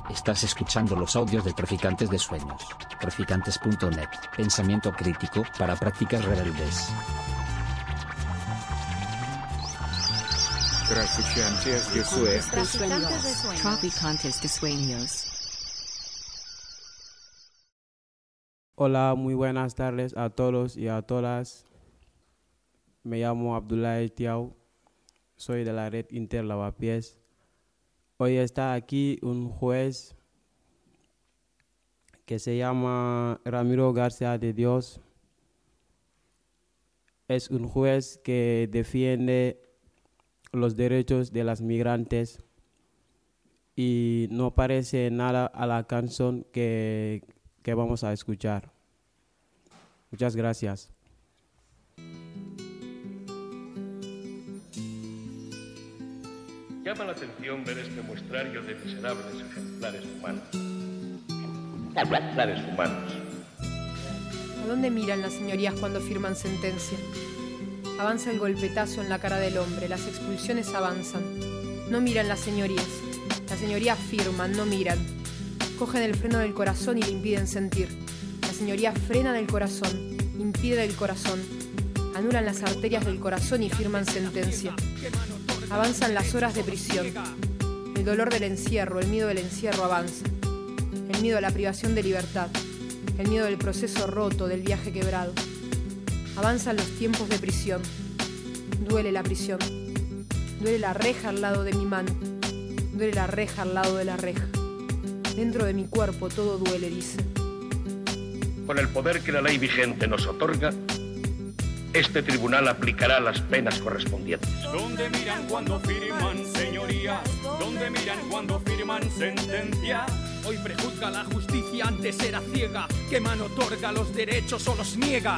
Estás escuchando los audios de Traficantes de Sueños. Traficantes.net. Pensamiento crítico para prácticas rebeldes. Traficantes de Sueños. Traficantes de Sueños. Hola, muy buenas tardes a todos y a todas. Me llamo Abdoulaye Tiao, soy de la red Interlavapiés. Hoy está aquí un juez que se llama Ramiro García de Dios. Es un juez que defiende los derechos de las migrantes y no parece nada a la canción que vamos a escuchar. Muchas gracias. Llama la atención ver este muestrario de miserables ejemplares humanos. Ejemplares humanos. ¿A dónde miran las señorías cuando firman sentencia? Avanza el golpetazo en la cara del hombre, las expulsiones avanzan. No miran las señorías firman, no miran. Cogen el freno del corazón y le impiden sentir. Las señorías frenan el corazón, impiden el corazón. Anulan las arterias del corazón y firman sentencia. Avanzan las horas de prisión. El dolor del encierro, el miedo del encierro avanza. El miedo a la privación de libertad. El miedo del proceso roto, del viaje quebrado. Avanzan los tiempos de prisión. Duele la prisión. Duele la reja al lado de mi mano. Duele la reja al lado de la reja. Dentro de mi cuerpo todo duele, dice. Con el poder que la ley vigente nos otorga, este tribunal aplicará las penas correspondientes. ¿Dónde miran cuando firman, señorías? ¿Dónde miran cuando firman sentencia? Hoy prejuzga la justicia, antes era ciega. ¿Qué mano otorga los derechos o los niega?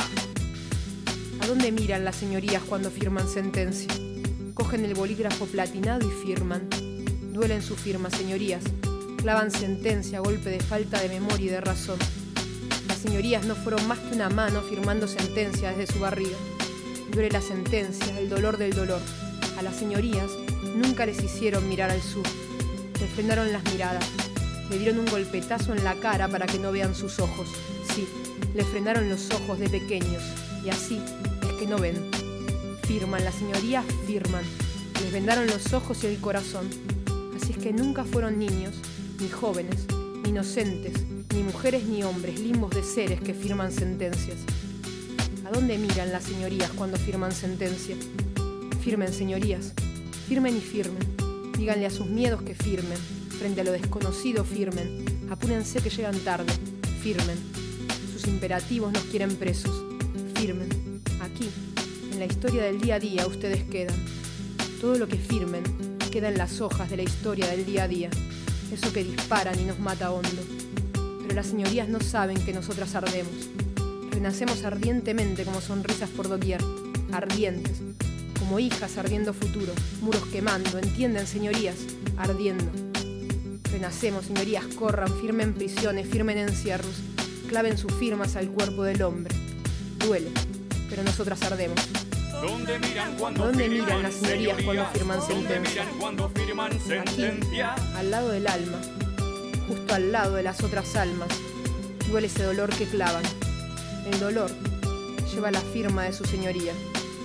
¿A dónde miran las señorías cuando firman sentencia? Cogen el bolígrafo platinado y firman. Duelen su firma, señorías. Clavan sentencia a golpe de falta de memoria y de razón. Las señorías no fueron más que una mano firmando sentencia desde su barriga. Duele la sentencia, el dolor del dolor. A las señorías nunca les hicieron mirar al sur. Les frenaron las miradas. Le dieron un golpetazo en la cara para que no vean sus ojos. Sí, le frenaron los ojos de pequeños. Y así es que no ven. Firman, las señorías firman. Les vendaron los ojos y el corazón. Así es que nunca fueron niños, ni jóvenes, ni inocentes, ni mujeres ni hombres, limbos de seres que firman sentencias. ¿A dónde miran las señorías cuando firman sentencia? Firmen, señorías. Firmen y firmen. Díganle a sus miedos que firmen. Frente a lo desconocido, firmen. Apúrense que llegan tarde. Firmen. Sus imperativos nos quieren presos. Firmen. Aquí, en la historia del día a día, ustedes quedan. Todo lo que firmen queda en las hojas de la historia del día a día. Eso que disparan y nos mata hondo. Pero las señorías no saben que nosotras ardemos. Renacemos ardientemente como sonrisas por doquier. Ardientes. Como hijas ardiendo futuro. Muros quemando, ¿entienden, señorías? Ardiendo. Renacemos, señorías, corran, firmen prisiones, firmen encierros. Claven sus firmas al cuerpo del hombre. Duele, pero nosotras ardemos. ¿Dónde miran cuando ¿Dónde firman, miran las señorías cuando firman sentencia? ¿Dónde miran cuando firman sentencia? Aquí, al lado del alma, justo al lado de las otras almas, duele ese dolor que clavan. El dolor lleva la firma de su señoría.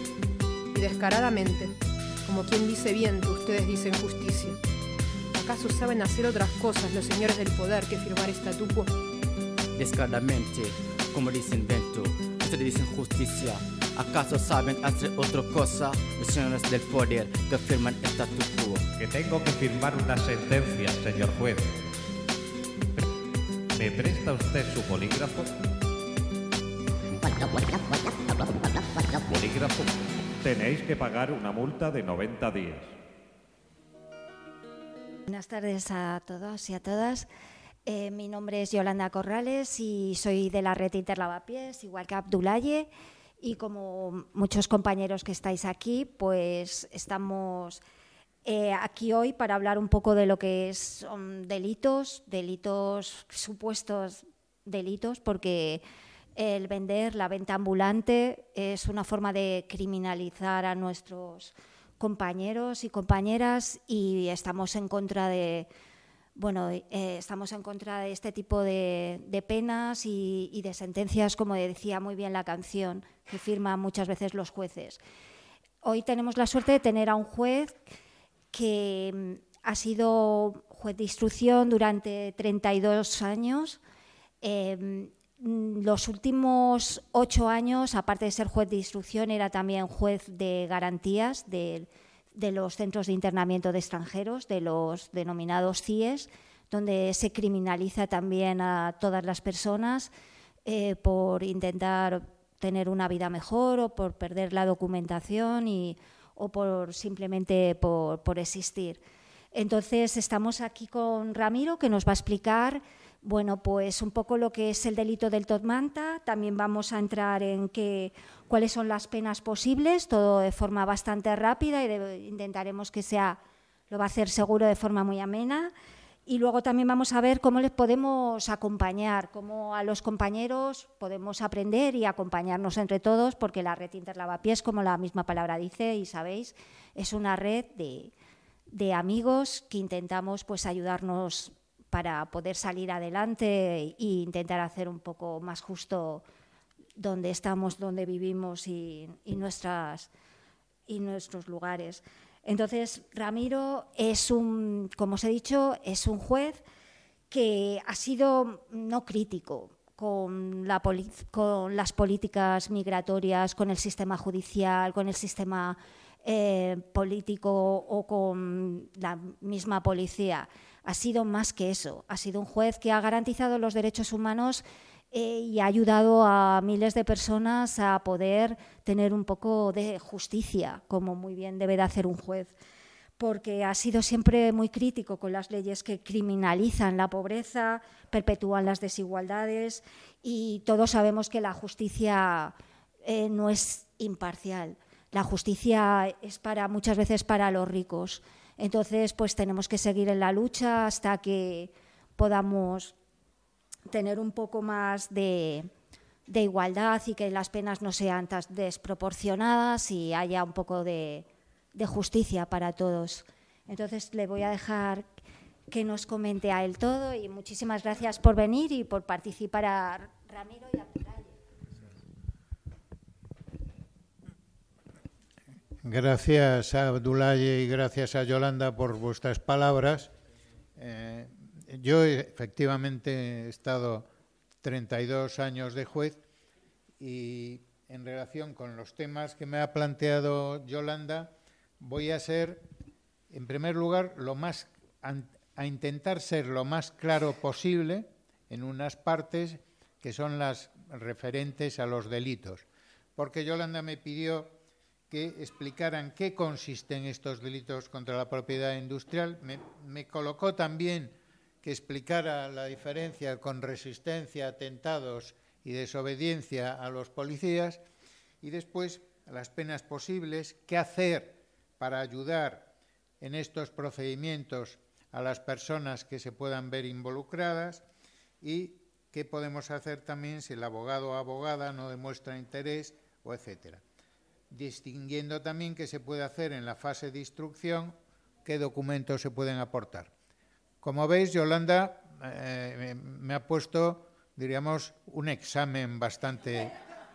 Y descaradamente, como quien dice viento, ustedes dicen justicia. ¿Acaso saben hacer otras cosas los señores del poder que firmar estatuto? Descaradamente, como dicen viento, ustedes dicen justicia. ¿Acaso saben hacer otra cosa los señores del poder que firman statu quo? Que tengo que firmar una sentencia, señor juez. ¿Me presta usted su bolígrafo? Bolígrafo. Tenéis que pagar una multa de 90 días. Buenas tardes a todos y a todas. Mi nombre es Yolanda Corrales y soy de la red Interlavapiés, igual que Abdoulaye. Y como muchos compañeros que estáis aquí, pues estamos aquí hoy para hablar un poco de lo que son delitos, supuestos delitos, porque la venta ambulante es una forma de criminalizar a nuestros compañeros y compañeras y estamos en contra de bueno, estamos en contra de este tipo de penas y de sentencias, como decía muy bien la canción, que firman muchas veces los jueces. Hoy tenemos la suerte de tener a un juez que ha sido juez de instrucción durante 32 años. Los últimos 8 años, aparte de ser juez de instrucción, era también juez de garantías de los centros de internamiento de extranjeros, de los denominados CIES, donde se criminaliza también a todas las personas por intentar tener una vida mejor o por perder la documentación o por simplemente por existir. Entonces, estamos aquí con Ramiro, que nos va a explicar, bueno, pues un poco lo que es el delito del top manta. También vamos a entrar en cuáles son las penas posibles, todo de forma bastante rápida y intentaremos que lo va a hacer seguro de forma muy amena. Y luego también vamos a ver cómo les podemos acompañar, cómo a los compañeros podemos aprender y acompañarnos entre todos, porque la red Interlavapiés, como la misma palabra dice y sabéis, es una red de amigos que intentamos pues ayudarnos para poder salir adelante e intentar hacer un poco más justo donde estamos, donde vivimos y nuestros lugares. Entonces, Ramiro como os he dicho, es un juez que ha sido no crítico con las políticas migratorias, con el sistema judicial, con el sistema político o con la misma policía. Ha sido más que eso, ha sido un juez que ha garantizado los derechos humanos y ha ayudado a miles de personas a poder tener un poco de justicia, como muy bien debe de hacer un juez, porque ha sido siempre muy crítico con las leyes que criminalizan la pobreza, perpetúan las desigualdades y todos sabemos que la justicia no es imparcial. La justicia es muchas veces para los ricos. Entonces, pues tenemos que seguir en la lucha hasta que podamos tener un poco más de igualdad y que las penas no sean tan desproporcionadas y haya un poco de justicia para todos. Entonces, le voy a dejar que nos comente a él todo y muchísimas gracias por venir y por participar a Ramiro y a Abdulaye. Gracias a Abdulaye y gracias a Yolanda por vuestras palabras. Yo efectivamente he estado 32 años de juez y en relación con los temas que me ha planteado Yolanda voy a ser, en primer lugar, a intentar ser lo más claro posible en unas partes que son las referentes a los delitos, porque Yolanda me pidió que explicaran qué consisten estos delitos contra la propiedad industrial. Me colocó también que explicara la diferencia con resistencia, atentados y desobediencia a los policías, y después las penas posibles, qué hacer para ayudar en estos procedimientos a las personas que se puedan ver involucradas y qué podemos hacer también si el abogado o abogada no demuestra interés o etcétera. Distinguiendo también qué se puede hacer en la fase de instrucción, qué documentos se pueden aportar. Como veis, Yolanda me ha puesto, diríamos, un examen bastante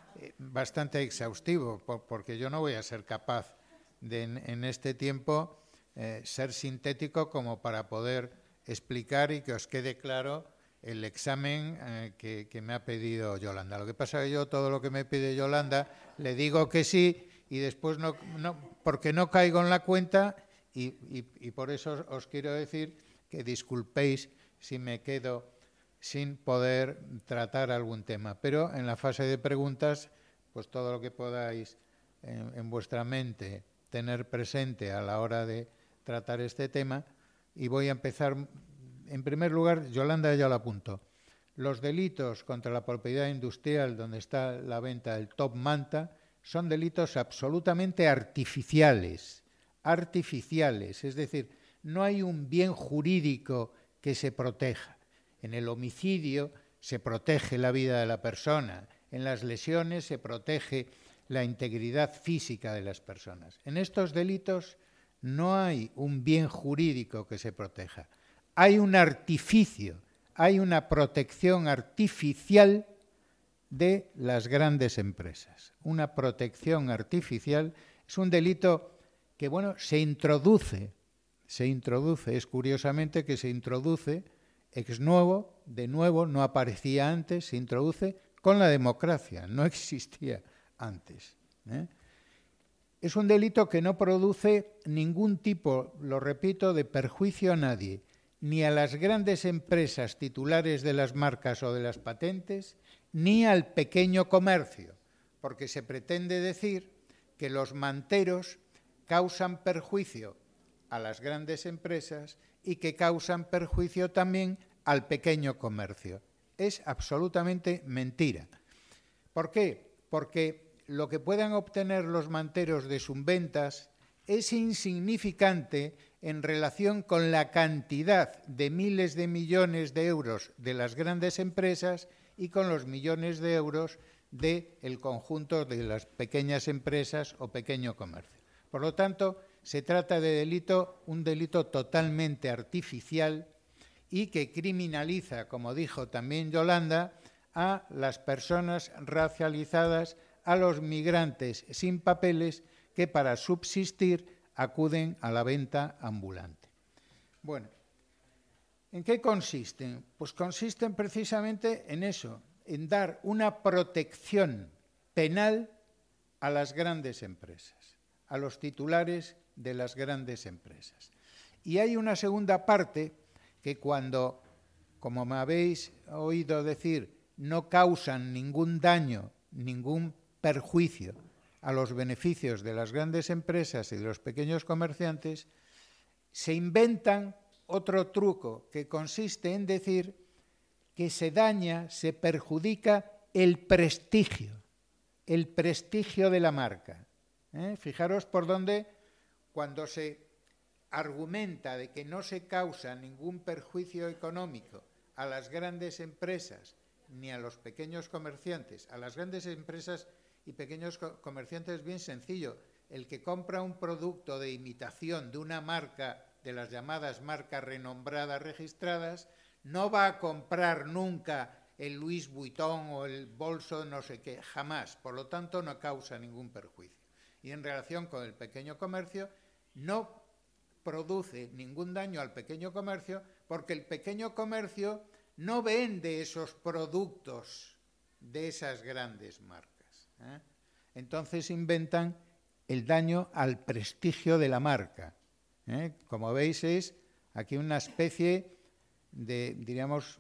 exhaustivo, porque yo no voy a ser capaz de, en este tiempo, ser sintético como para poder explicar y que os quede claro el examen que me ha pedido Yolanda. Lo que pasa es que yo todo lo que me pide Yolanda le digo que sí y después no porque no caigo en la cuenta y por eso os quiero decir que disculpéis si me quedo sin poder tratar algún tema. Pero en la fase de preguntas, pues todo lo que podáis en vuestra mente tener presente a la hora de tratar este tema. Y voy a empezar, en primer lugar, Yolanda ya lo apuntó, los delitos contra la propiedad industrial donde está la venta del top manta son delitos absolutamente artificiales, es decir, no hay un bien jurídico que se proteja. En el homicidio se protege la vida de la persona, en las lesiones se protege la integridad física de las personas. En estos delitos no hay un bien jurídico que se proteja. hay un artificio, hay una protección artificial de las grandes empresas. Una protección artificial es un delito que, bueno, se introduce, es curiosamente que se introduce ex novo, de nuevo, no aparecía antes, se introduce con la democracia, no existía antes. Es un delito que no produce ningún tipo, lo repito, de perjuicio a nadie, ni a las grandes empresas titulares de las marcas o de las patentes, ni al pequeño comercio, porque se pretende decir que los manteros causan perjuicio a las grandes empresas y que causan perjuicio también al pequeño comercio. Es absolutamente mentira. ¿Por qué? Porque lo que puedan obtener los manteros de subventas es insignificante en relación con la cantidad de miles de millones de euros de las grandes empresas y con los millones de euros del conjunto de las pequeñas empresas o pequeño comercio. Por lo tanto, se trata de un delito totalmente artificial y que criminaliza, como dijo también Yolanda, a las personas racializadas, a los migrantes sin papeles que para subsistir acuden a la venta ambulante. Bueno, ¿en qué consisten? Pues consisten precisamente en eso, en dar una protección penal a las grandes empresas, a los titulares de las grandes empresas. Y hay una segunda parte que cuando, como me habéis oído decir, no causan ningún daño, ningún perjuicio a los beneficios de las grandes empresas y de los pequeños comerciantes, se inventan otro truco que consiste en decir que se daña, se perjudica el prestigio de la marca. Fijaros por dónde, cuando se argumenta de que no se causa ningún perjuicio económico a las grandes empresas ni a los pequeños comerciantes, a las grandes empresas y pequeños comerciantes es bien sencillo. El que compra un producto de imitación de una marca, de las llamadas marcas renombradas registradas, no va a comprar nunca el Louis Vuitton o el bolso no sé qué, jamás. Por lo tanto, no causa ningún perjuicio. Y en relación con el pequeño comercio, no produce ningún daño al pequeño comercio porque el pequeño comercio no vende esos productos de esas grandes marcas. Entonces inventan el daño al prestigio de la marca. Como veis, es aquí una especie de, diríamos,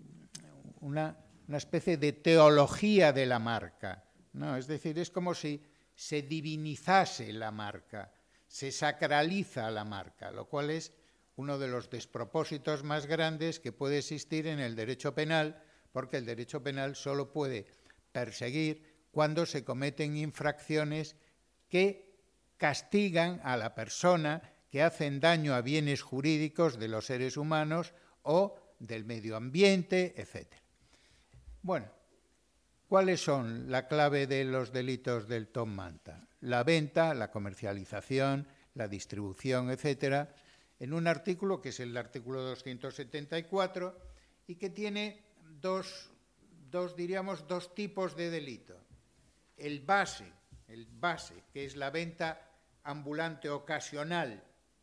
una especie de teología de la marca, ¿no? Es decir, es como si se divinizase la marca, se sacraliza la marca, lo cual es uno de los despropósitos más grandes que puede existir en el derecho penal, porque el derecho penal solo puede perseguir cuando se cometen infracciones que castigan a la persona, que hacen daño a bienes jurídicos de los seres humanos o del medio ambiente, etc. Bueno, ¿cuáles son la clave de los delitos del Top Manta? La venta, la comercialización, la distribución, etc., en un artículo que es el artículo 274 y que tiene dos tipos de delito. El base, que es la venta ambulante ocasional,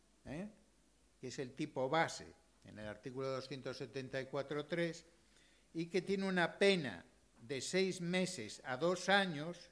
que es el tipo base, en el artículo 274.3, y que tiene una pena de 6 meses a 2 años,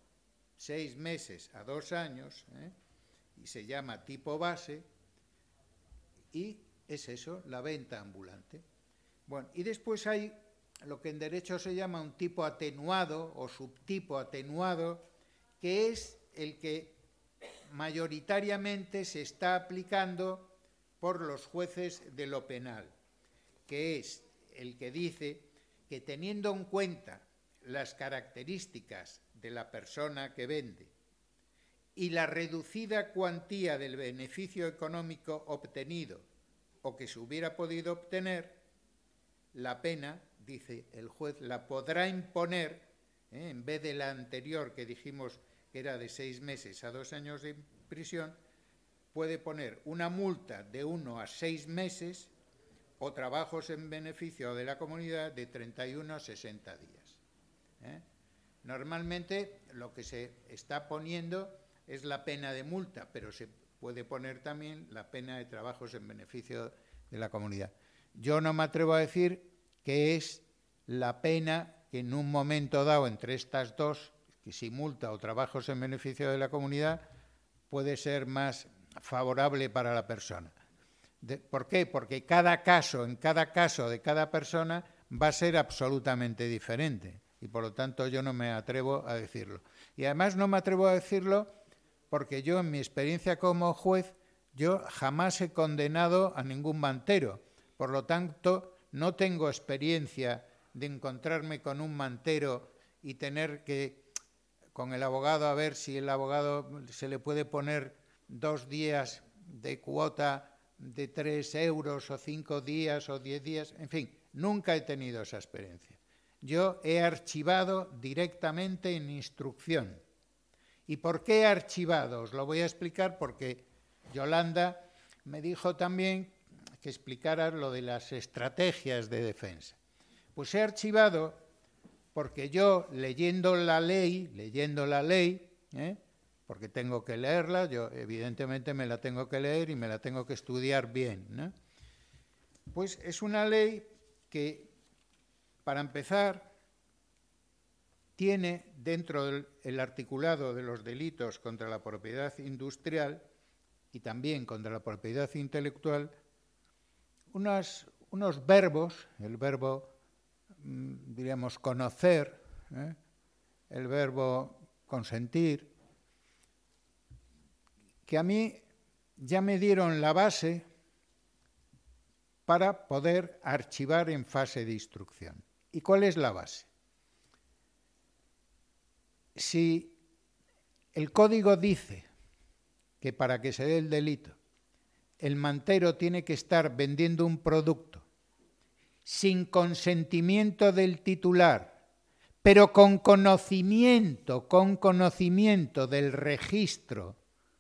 y se llama tipo base, y es eso, la venta ambulante. Bueno, y después hay lo que en derecho se llama un tipo atenuado o subtipo atenuado, que es el que mayoritariamente se está aplicando por los jueces de lo penal, que es el que dice que teniendo en cuenta las características de la persona que vende y la reducida cuantía del beneficio económico obtenido o que se hubiera podido obtener, la pena, dice el juez, la podrá imponer, en vez de la anterior que dijimos que era de 6 meses a 2 años de prisión, puede poner una multa de 1 a 6 meses o trabajos en beneficio de la comunidad de 31 a 60 días. Normalmente lo que se está poniendo es la pena de multa, pero se puede poner también la pena de trabajos en beneficio de la comunidad. Yo no me atrevo a decir que es la pena que en un momento dado entre estas dos, que si multa o trabajos en beneficio de la comunidad, puede ser más favorable para la persona. ¿Por qué? Porque en cada caso de cada persona va a ser absolutamente diferente y por lo tanto yo no me atrevo a decirlo. Y además no me atrevo a decirlo porque yo en mi experiencia como juez yo jamás he condenado a ningún mantero. Por lo tanto no tengo experiencia de encontrarme con un mantero y tener que con el abogado a ver si el abogado se le puede poner 2 días de cuota de 3 euros o 5 días o 10 días, en fin, nunca he tenido esa experiencia. Yo he archivado directamente en instrucción. ¿Y por qué he archivado? Os lo voy a explicar porque Yolanda me dijo también que explicara lo de las estrategias de defensa. Pues he archivado porque yo leyendo la ley, porque tengo que leerla, yo evidentemente me la tengo que leer y me la tengo que estudiar bien, ¿no? Pues es una ley que, para empezar, tiene dentro del articulado de los delitos contra la propiedad industrial y también contra la propiedad intelectual unos verbos, el verbo, diríamos, conocer, el verbo consentir, que a mí ya me dieron la base para poder archivar en fase de instrucción. ¿Y cuál es la base? Si el código dice que para que se dé el delito, el mantero tiene que estar vendiendo un producto sin consentimiento del titular, pero con conocimiento del registro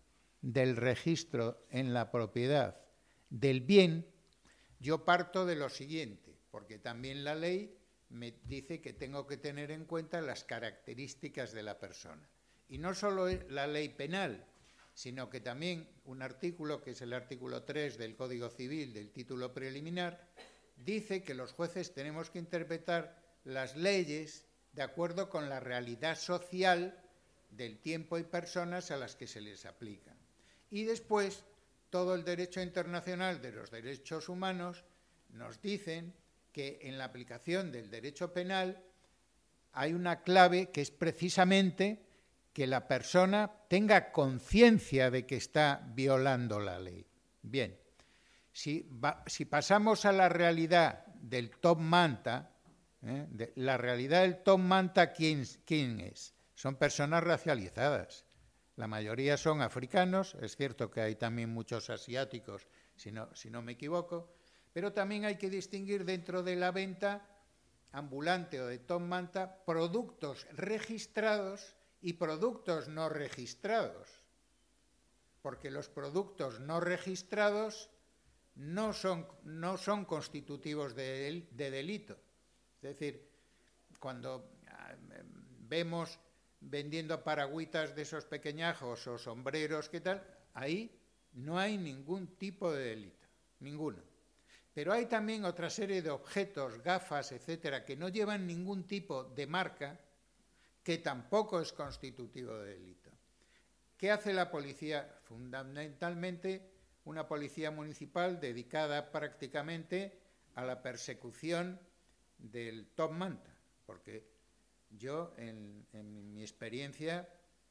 en la propiedad del bien, yo parto de lo siguiente, porque también la ley me dice que tengo que tener en cuenta las características de la persona. Y no solo la ley penal, sino que también un artículo, que es el artículo 3 del Código Civil del título preliminar, dice que los jueces tenemos que interpretar las leyes de acuerdo con la realidad social del tiempo y personas a las que se les aplican. Y después, todo el derecho internacional de los derechos humanos nos dicen que en la aplicación del derecho penal hay una clave que es precisamente que la persona tenga conciencia de que está violando la ley. Bien, si pasamos a la realidad del top manta, la realidad del top manta, ¿quién es? Son personas racializadas. La mayoría son africanos, es cierto que hay también muchos asiáticos, si no me equivoco, pero también hay que distinguir dentro de la venta ambulante o de top manta productos registrados y productos no registrados, porque los productos no registrados no son constitutivos de delito. Es decir, cuando vemos vendiendo paragüitas de esos pequeñajos o sombreros, ¿qué tal? Ahí no hay ningún tipo de delito, ninguno. Pero hay también otra serie de objetos, gafas, etcétera, que no llevan ningún tipo de marca, que tampoco es constitutivo de delito. ¿Qué hace la policía? Fundamentalmente una policía municipal dedicada prácticamente a la persecución del top manta, porque yo, en mi experiencia,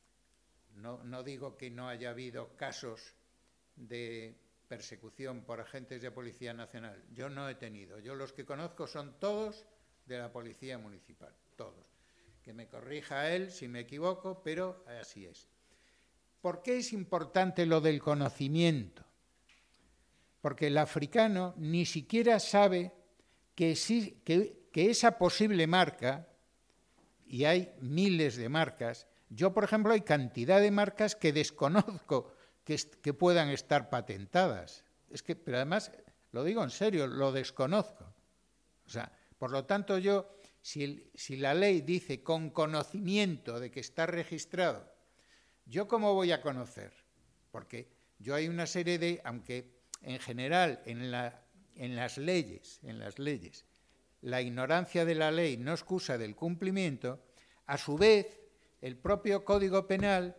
no digo que no haya habido casos de persecución por agentes de Policía Nacional. Yo no he tenido. Yo los que conozco son todos de la Policía Municipal, todos. Que me corrija él si me equivoco, pero así es. ¿Por qué es importante lo del conocimiento? Porque el africano ni siquiera sabe que esa posible marca, y hay miles de marcas, yo, por ejemplo, hay cantidad de marcas que desconozco que puedan estar patentadas. Pero además Lo digo en serio, lo desconozco. O sea, por lo tanto yo, si la ley dice con conocimiento de que está registrado, ¿yo cómo voy a conocer? Porque yo hay una serie de, aunque en general en las leyes, la ignorancia de la ley no excusa del cumplimiento, a su vez el propio Código Penal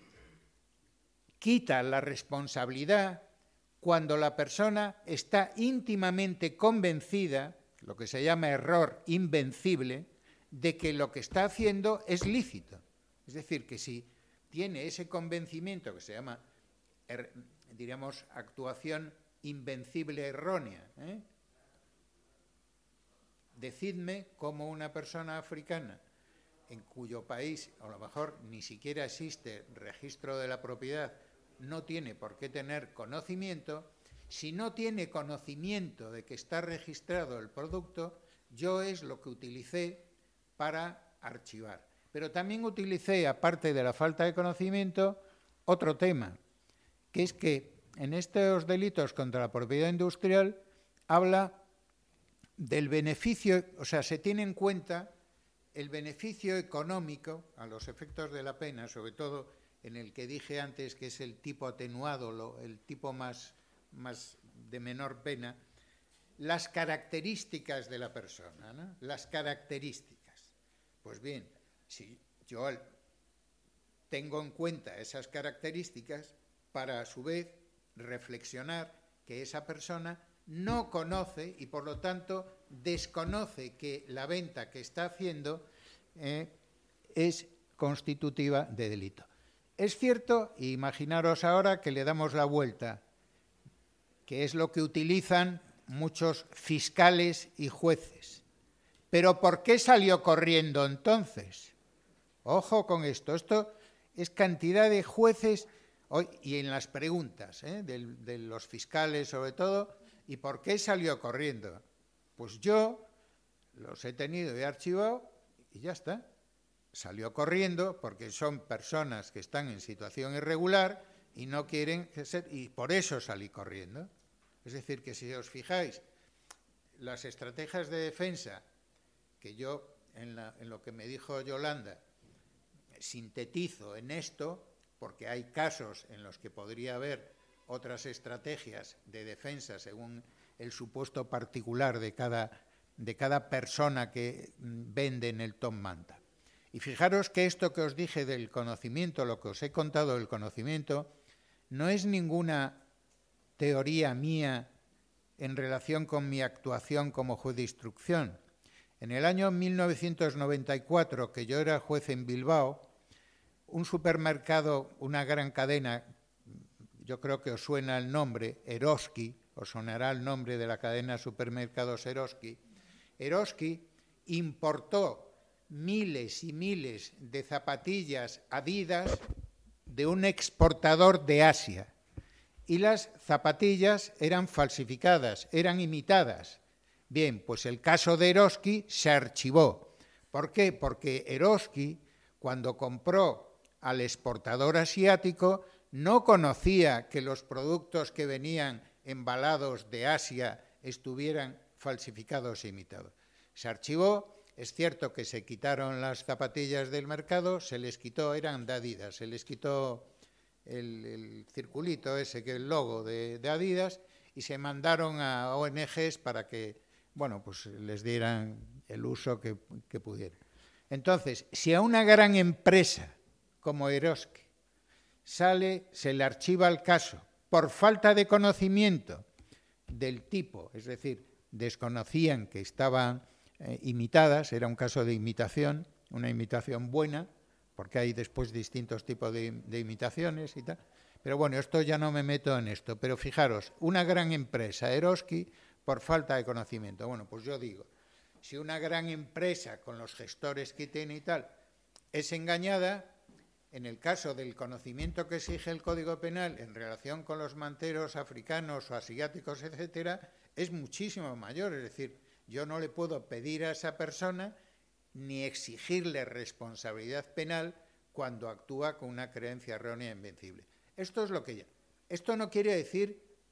quita la responsabilidad cuando la persona está íntimamente convencida, lo que se llama error invencible, de que lo que está haciendo es lícito. Es decir, que si tiene ese convencimiento que se llama, diríamos, actuación invencible errónea, decidme cómo una persona africana en cuyo país a lo mejor ni siquiera existe registro de la propiedad, no tiene por qué tener conocimiento. Si no tiene conocimiento de que está registrado el producto, yo es lo que utilicé para archivar. Pero también utilicé, aparte de la falta de conocimiento, otro tema, que es que en estos delitos contra la propiedad industrial habla del beneficio, o sea, se tiene en cuenta el beneficio económico a los efectos de la pena, sobre todo en el que dije antes que es el tipo atenuado, el tipo más de menor pena, las características de la persona, ¿no? Las características. Pues bien, si yo tengo en cuenta esas características para a su vez reflexionar que esa persona no conoce y por lo tanto desconoce que la venta que está haciendo es constitutiva de delito. Es cierto, imaginaros ahora que le damos la vuelta, que es lo que utilizan muchos fiscales y jueces. ¿Pero por qué salió corriendo entonces? Ojo con esto. Esto es cantidad de jueces, y en las preguntas de los fiscales sobre todo, ¿y por qué salió corriendo? Pues yo los he tenido y archivado y ya está. Salió corriendo porque son personas que están en situación irregular y no quieren ser, y por eso salí corriendo. Es decir, que si os fijáis, las estrategias de defensa que yo, en lo que me dijo Yolanda, sintetizo en esto, porque hay casos en los que podría haber otras estrategias de defensa según el supuesto particular de cada persona que vende en el Tom Manta. Y fijaros que esto que os dije del conocimiento, lo que os he contado del conocimiento, no es ninguna teoría mía en relación con mi actuación como juez de instrucción. En el año 1994, que yo era juez en Bilbao, un supermercado, una gran cadena, yo creo que os suena el nombre, Eroski, os sonará el nombre de la cadena de supermercados Eroski. Eroski importó miles y miles de zapatillas Adidas de un exportador de Asia. Y las zapatillas eran falsificadas, eran imitadas. Bien, pues el caso de Eroski se archivó. ¿Por qué? Porque Eroski, cuando compró al exportador asiático, no conocía que los productos que venían embalados de Asia estuvieran falsificados e imitados. Se archivó. Es cierto que se quitaron las zapatillas del mercado, se les quitó, eran de Adidas, se les quitó el circulito ese, que es el logo de Adidas, y se mandaron a ONGs para que, bueno, pues les dieran el uso que pudieran. Entonces, si a una gran empresa como Eroski se le archiva el caso por falta de conocimiento del tipo, es decir, desconocían que estaban imitadas, era un caso de imitación, una imitación buena, porque hay después distintos tipos de imitaciones y tal. Pero bueno, esto ya no me meto en esto. Pero fijaros, una gran empresa, Eroski, por falta de conocimiento. Bueno, pues yo digo, si una gran empresa con los gestores que tiene y tal es engañada, en el caso del conocimiento que exige el Código Penal en relación con los manteros africanos o asiáticos, etcétera, es muchísimo mayor. Es decir, yo no le puedo pedir a esa persona ni exigirle responsabilidad penal cuando actúa con una creencia errónea e invencible. Esto es lo que ya. Esto no quiere decir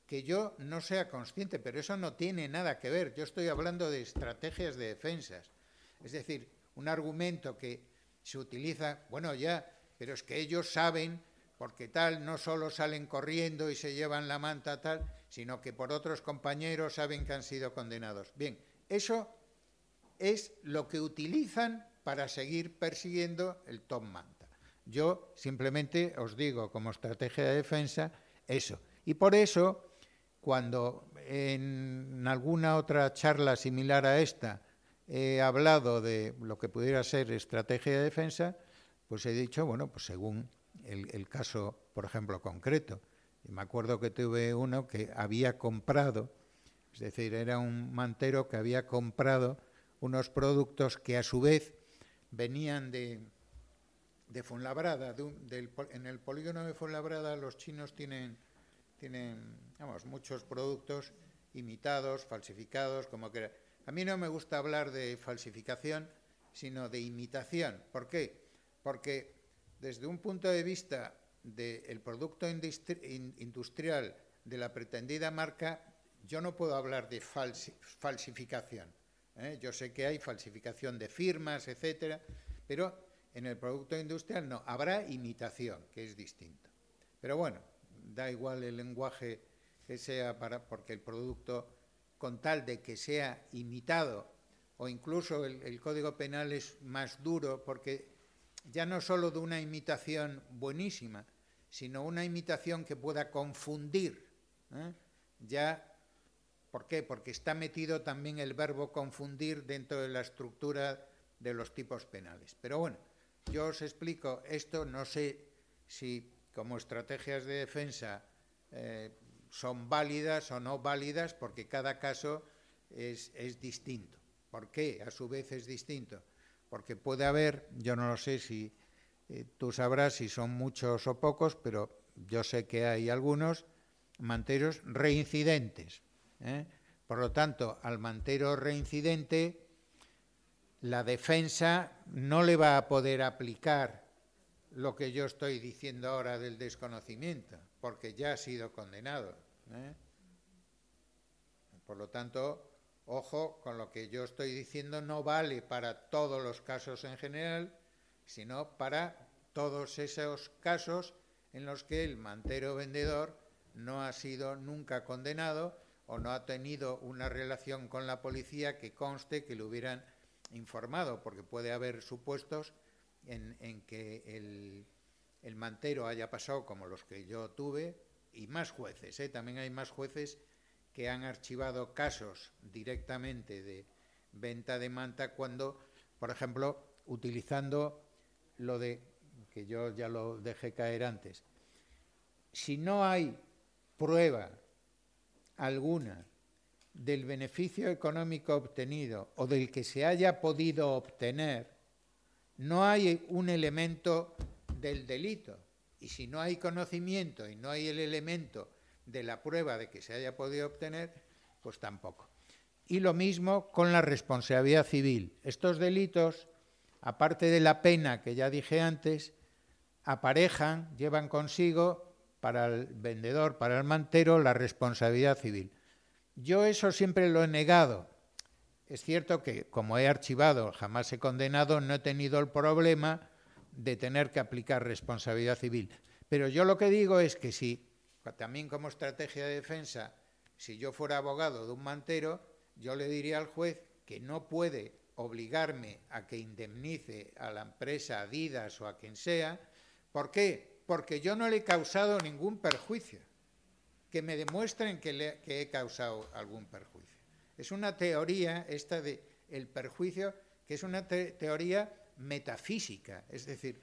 que yo no sea consciente, pero eso no tiene nada que ver. Yo estoy hablando de estrategias de defensas. Es decir, un argumento que se utiliza, bueno, ya, pero es que ellos saben, porque tal, no solo salen corriendo y se llevan la manta tal, sino que por otros compañeros saben que han sido condenados. Bien, eso es lo que utilizan para seguir persiguiendo el top manta. Yo simplemente os digo, como estrategia de defensa, eso. Y por eso, cuando en alguna otra charla similar a esta he hablado de lo que pudiera ser estrategia de defensa, pues he dicho, bueno, pues según el caso, por ejemplo, concreto. Y me acuerdo que tuve uno que había comprado, es decir, era un mantero que había comprado unos productos que a su vez venían de Fuenlabrada. En el polígono de Fuenlabrada los chinos tienen vamos, muchos productos imitados, falsificados, como que... A mí no me gusta hablar de falsificación, sino de imitación. ¿Por qué? Porque desde un punto de vista del producto industrial de la pretendida marca, yo no puedo hablar de falsificación. Yo sé que hay falsificación de firmas, etcétera, pero en el producto industrial no. Habrá imitación, que es distinto. Pero bueno, da igual el lenguaje que sea porque el producto, con tal de que sea imitado, o incluso el Código Penal es más duro, porque ya no solo de una imitación buenísima, sino una imitación que pueda confundir. Ya, ¿por qué? Porque está metido también el verbo confundir dentro de la estructura de los tipos penales. Pero bueno, yo os explico esto, no sé si como estrategias de defensa son válidas o no válidas, porque cada caso es distinto. ¿Por qué? A su vez es distinto. Porque puede haber, yo no lo sé si tú sabrás si son muchos o pocos, pero yo sé que hay algunos manteros reincidentes. Por lo tanto, al mantero reincidente, la defensa no le va a poder aplicar lo que yo estoy diciendo ahora del desconocimiento, porque ya ha sido condenado. Por lo tanto, ojo con lo que yo estoy diciendo, no vale para todos los casos en general, sino para todos esos casos en los que el mantero vendedor no ha sido nunca condenado o no ha tenido una relación con la policía que conste que le hubieran informado, porque puede haber supuestos en que el mantero haya pasado como los que yo tuve, y más jueces, también hay más jueces que han archivado casos directamente de venta de manta cuando, por ejemplo, utilizando lo de, que yo ya lo dejé caer antes, si no hay prueba alguna del beneficio económico obtenido o del que se haya podido obtener, no hay un elemento del delito. Y si no hay conocimiento y no hay el elemento de la prueba de que se haya podido obtener, pues tampoco. Y lo mismo con la responsabilidad civil. Estos delitos, aparte de la pena que ya dije antes, aparejan, llevan consigo para el vendedor, para el mantero, la responsabilidad civil. Yo eso siempre lo he negado. Es cierto que, como he archivado, jamás he condenado, no he tenido el problema de tener que aplicar responsabilidad civil. Pero yo lo que digo es que si, también como estrategia de defensa, si yo fuera abogado de un mantero, yo le diría al juez que no puede obligarme a que indemnice a la empresa Adidas o a quien sea. ¿Por qué? Porque yo no le he causado ningún perjuicio. Que me demuestren que he causado algún perjuicio. Es una teoría esta de el perjuicio, que es una teoría metafísica. Es decir,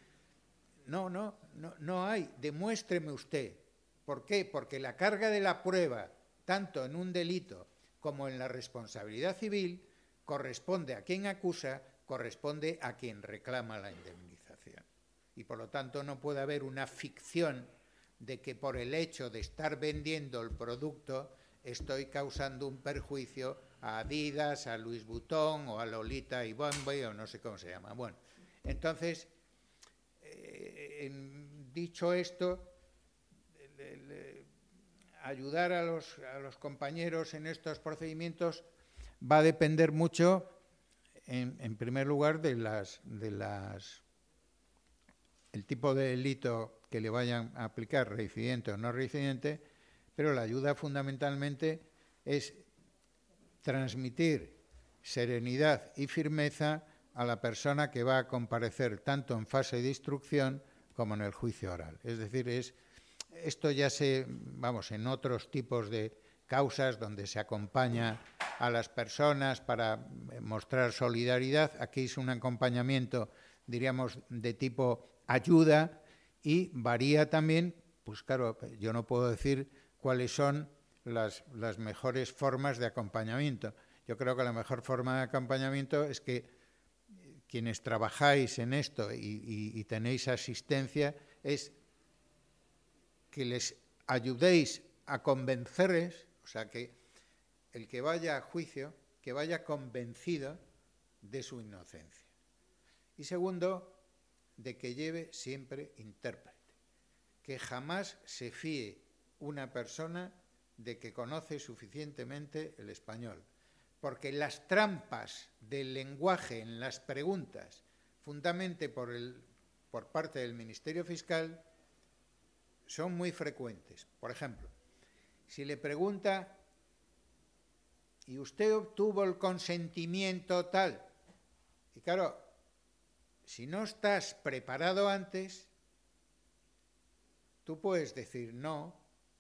no hay, demuéstreme usted. ¿Por qué? Porque la carga de la prueba, tanto en un delito como en la responsabilidad civil, corresponde a quien acusa, corresponde a quien reclama la indemnización. Y por lo tanto no puede haber una ficción de que por el hecho de estar vendiendo el producto estoy causando un perjuicio a Adidas, a Louis Vuitton o a Lolita y Bombay o no sé cómo se llama. Bueno, entonces, dicho esto, ayudar a los compañeros en estos procedimientos va a depender mucho, en primer lugar, el tipo de delito que le vayan a aplicar, reincidente o no reincidente, pero la ayuda fundamentalmente es transmitir serenidad y firmeza a la persona que va a comparecer tanto en fase de instrucción como en el juicio oral. Es decir, esto ya en otros tipos de causas donde se acompaña a las personas para mostrar solidaridad. Aquí es un acompañamiento, diríamos, de tipo ayuda y varía también, pues claro, yo no puedo decir cuáles son las mejores formas de acompañamiento. Yo creo que la mejor forma de acompañamiento es que quienes trabajáis en esto y tenéis asistencia, es que les ayudéis a convencerles, o sea, que el que vaya a juicio, que vaya convencido de su inocencia. Y segundo, de que lleve siempre intérprete, que jamás se fíe una persona de que conoce suficientemente el español, porque las trampas del lenguaje en las preguntas, fundamentalmente por parte del Ministerio Fiscal, son muy frecuentes. Por ejemplo, si le pregunta, ¿y usted obtuvo el consentimiento tal? Y claro, si no estás preparado antes, tú puedes decir no,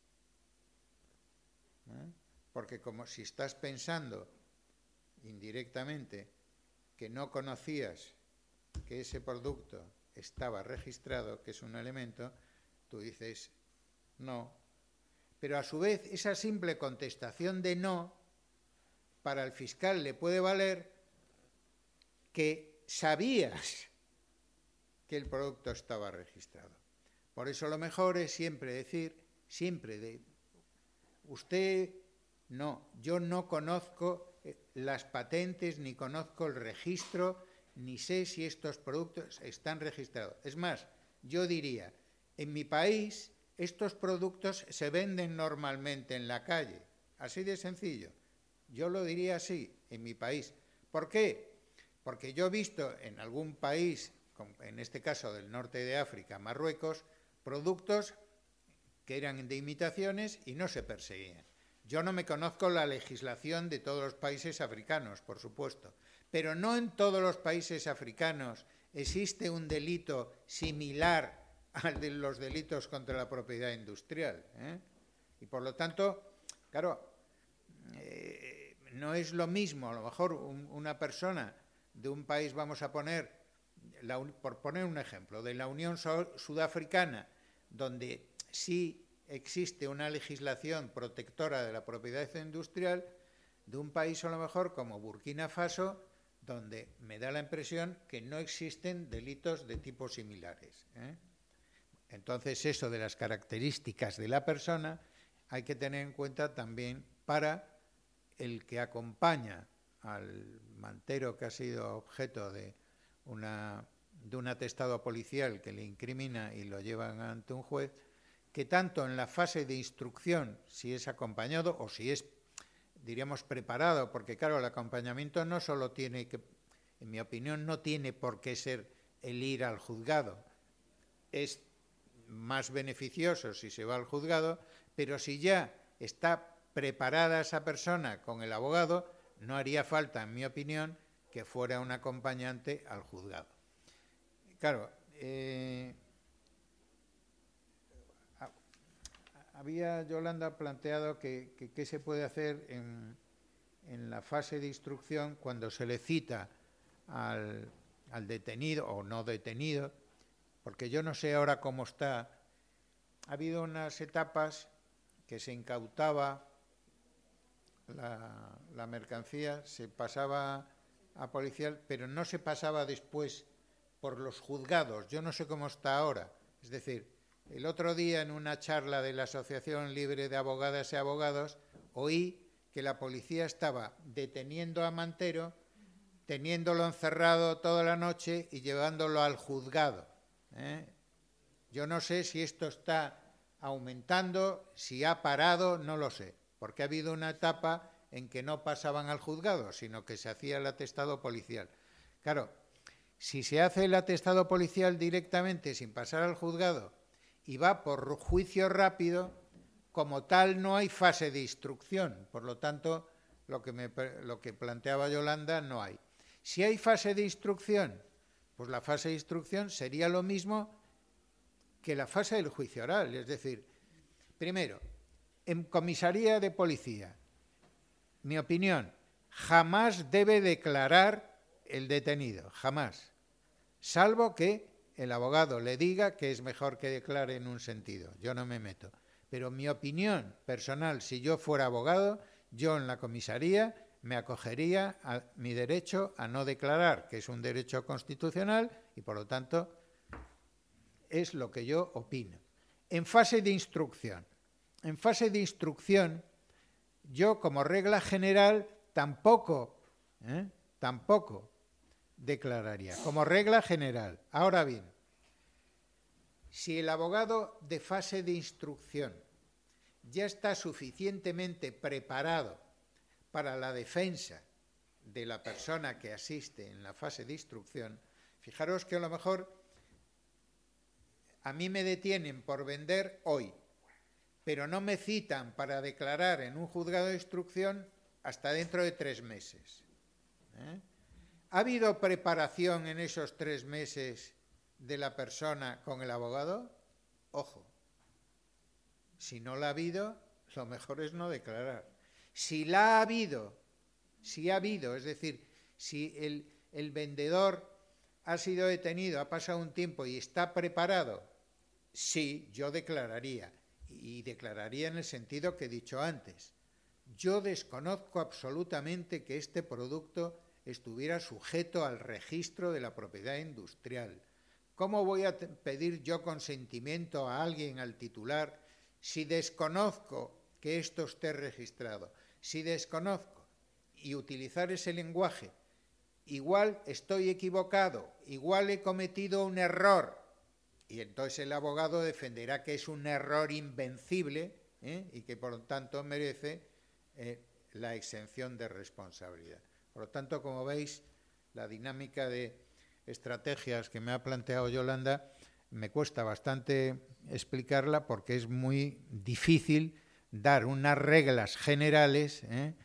porque como si estás pensando indirectamente que no conocías que ese producto estaba registrado, que es un elemento, tú dices no. Pero a su vez, esa simple contestación de no, para el fiscal le puede valer que sabías que el producto estaba registrado. Por eso lo mejor es siempre decir, usted no, yo no conozco las patentes, ni conozco el registro, ni sé si estos productos están registrados. Es más, yo diría, en mi país estos productos se venden normalmente en la calle, así de sencillo. Yo lo diría así, en mi país. ¿Por qué? Porque yo he visto en algún país, en este caso del norte de África, Marruecos, productos que eran de imitaciones y no se perseguían. Yo no me conozco la legislación de todos los países africanos, por supuesto, pero no en todos los países africanos existe un delito similar al de los delitos contra la propiedad industrial, Y por lo tanto, claro, no es lo mismo, a lo mejor una persona de un país, vamos a poner, por poner un ejemplo, de la Unión Sudafricana, donde sí existe una legislación protectora de la propiedad industrial, de un país a lo mejor como Burkina Faso, donde me da la impresión que no existen delitos de tipos similares. Entonces, eso de las características de la persona hay que tener en cuenta también para el que acompaña al mantero que ha sido objeto de un atestado policial que le incrimina y lo llevan ante un juez, que tanto en la fase de instrucción, si es acompañado o si es, diríamos, preparado, porque claro, el acompañamiento no solo tiene que, en mi opinión, no tiene por qué ser el ir al juzgado. Es más beneficioso si se va al juzgado, pero si ya está preparada esa persona con el abogado, no haría falta, en mi opinión, que fuera un acompañante al juzgado. Claro, había Yolanda planteado que qué se puede hacer en la fase de instrucción cuando se le cita al detenido o no detenido, porque yo no sé ahora cómo está. Ha habido unas etapas que se incautaba la mercancía, se pasaba a policial, pero no se pasaba después por los juzgados. Yo no sé cómo está ahora. Es decir, el otro día en una charla de la Asociación Libre de Abogadas y Abogados oí que la policía estaba deteniendo a Mantero, teniéndolo encerrado toda la noche y llevándolo al juzgado. Yo no sé si esto está aumentando, si ha parado, no lo sé, porque ha habido una etapa en que no pasaban al juzgado, sino que se hacía el atestado policial. Claro, si se hace el atestado policial directamente sin pasar al juzgado y va por juicio rápido, como tal no hay fase de instrucción, por lo tanto, lo que planteaba Yolanda no hay. Si hay fase de instrucción, pues la fase de instrucción sería lo mismo que la fase del juicio oral, es decir, primero, en comisaría de policía, mi opinión, jamás debe declarar el detenido, jamás, salvo que el abogado le diga que es mejor que declare en un sentido, yo no me meto. Pero mi opinión personal, si yo fuera abogado, yo en la comisaría me acogería a mi derecho a no declarar, que es un derecho constitucional y por lo tanto es lo que yo opino. En fase de instrucción, yo como regla general tampoco declararía, como regla general. Ahora bien, si el abogado de fase de instrucción ya está suficientemente preparado para la defensa de la persona que asiste en la fase de instrucción, fijaros que a lo mejor a mí me detienen por vender hoy, pero no me citan para declarar en un juzgado de instrucción hasta dentro de 3 meses. ¿Ha habido preparación en esos 3 meses de la persona con el abogado? Ojo, si no la ha habido, lo mejor es no declarar. Si la ha habido, es decir, si el vendedor ha sido detenido, ha pasado un tiempo y está preparado, sí, yo declararía. Y declararía en el sentido que he dicho antes. Yo desconozco absolutamente que este producto estuviera sujeto al registro de la propiedad industrial. ¿Cómo voy a pedir yo consentimiento a alguien, al titular, si desconozco que esto esté registrado? Si desconozco y utilizar ese lenguaje, igual estoy equivocado, igual he cometido un error, y entonces el abogado defenderá que es un error invencible y que por lo tanto merece la exención de responsabilidad. Por lo tanto, como veis, la dinámica de estrategias que me ha planteado Yolanda me cuesta bastante explicarla porque es muy difícil dar unas reglas generales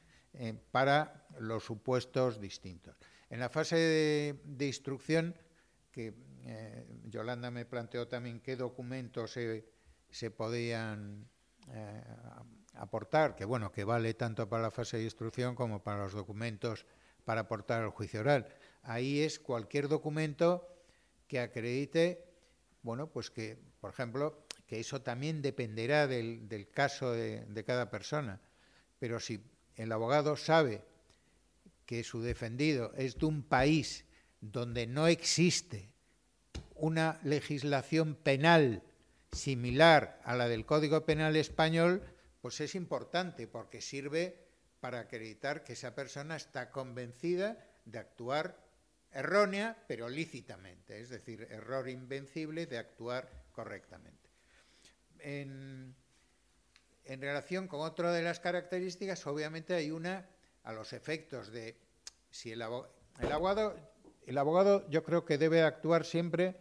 para los supuestos distintos. En la fase de instrucción, que Yolanda me planteó también qué documentos se podían aportar, que bueno, que vale tanto para la fase de instrucción como para los documentos para aportar al juicio oral. Ahí es cualquier documento que acredite, bueno, pues que, por ejemplo, que eso también dependerá del caso de cada persona, pero si el abogado sabe que su defendido es de un país donde no existe una legislación penal similar a la del Código Penal español, pues es importante porque sirve para acreditar que esa persona está convencida de actuar errónea, pero lícitamente, es decir, error invencible de actuar correctamente. En relación con otra de las características, obviamente hay una a los efectos de si el abogado yo creo que debe actuar siempre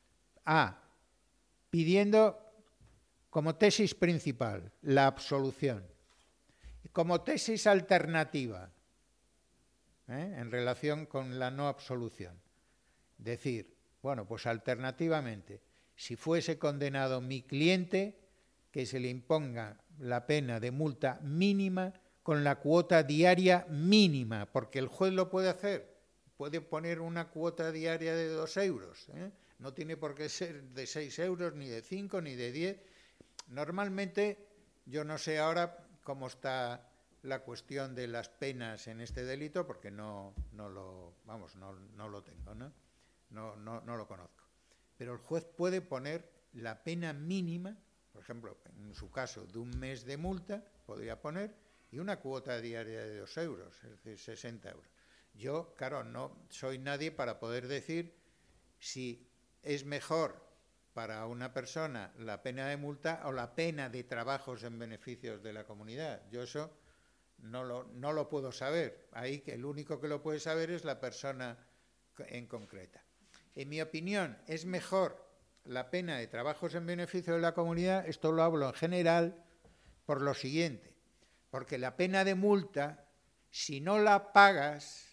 pidiendo como tesis principal la absolución y como tesis alternativa en relación con la no absolución. Decir, bueno, pues alternativamente, si fuese condenado mi cliente, que se le imponga la pena de multa mínima con la cuota diaria mínima, porque el juez lo puede hacer, puede poner una cuota diaria de 2 euros, no tiene por qué ser de 6 euros, ni de 5, ni de 10. Normalmente, yo no sé ahora cómo está la cuestión de las penas en este delito, porque no lo tengo, no lo conozco. Pero el juez puede poner la pena mínima, por ejemplo, en su caso, de 1 mes de multa, podría poner, y una cuota diaria de 2 euros, es decir, 60 euros. Yo, claro, no soy nadie para poder decir si es mejor para una persona la pena de multa o la pena de trabajos en beneficios de la comunidad. Yo eso no lo puedo saber. Ahí el único que lo puede saber es la persona en concreta. En mi opinión, es mejor la pena de trabajos en beneficio de la comunidad, esto lo hablo en general, por lo siguiente, porque la pena de multa, si no la pagas,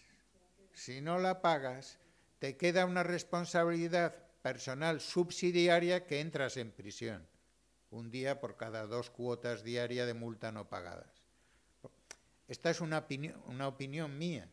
te queda una responsabilidad personal subsidiaria que entras en prisión, un día por cada 2 cuotas diarias de multa no pagadas. Esta es una opinión mía.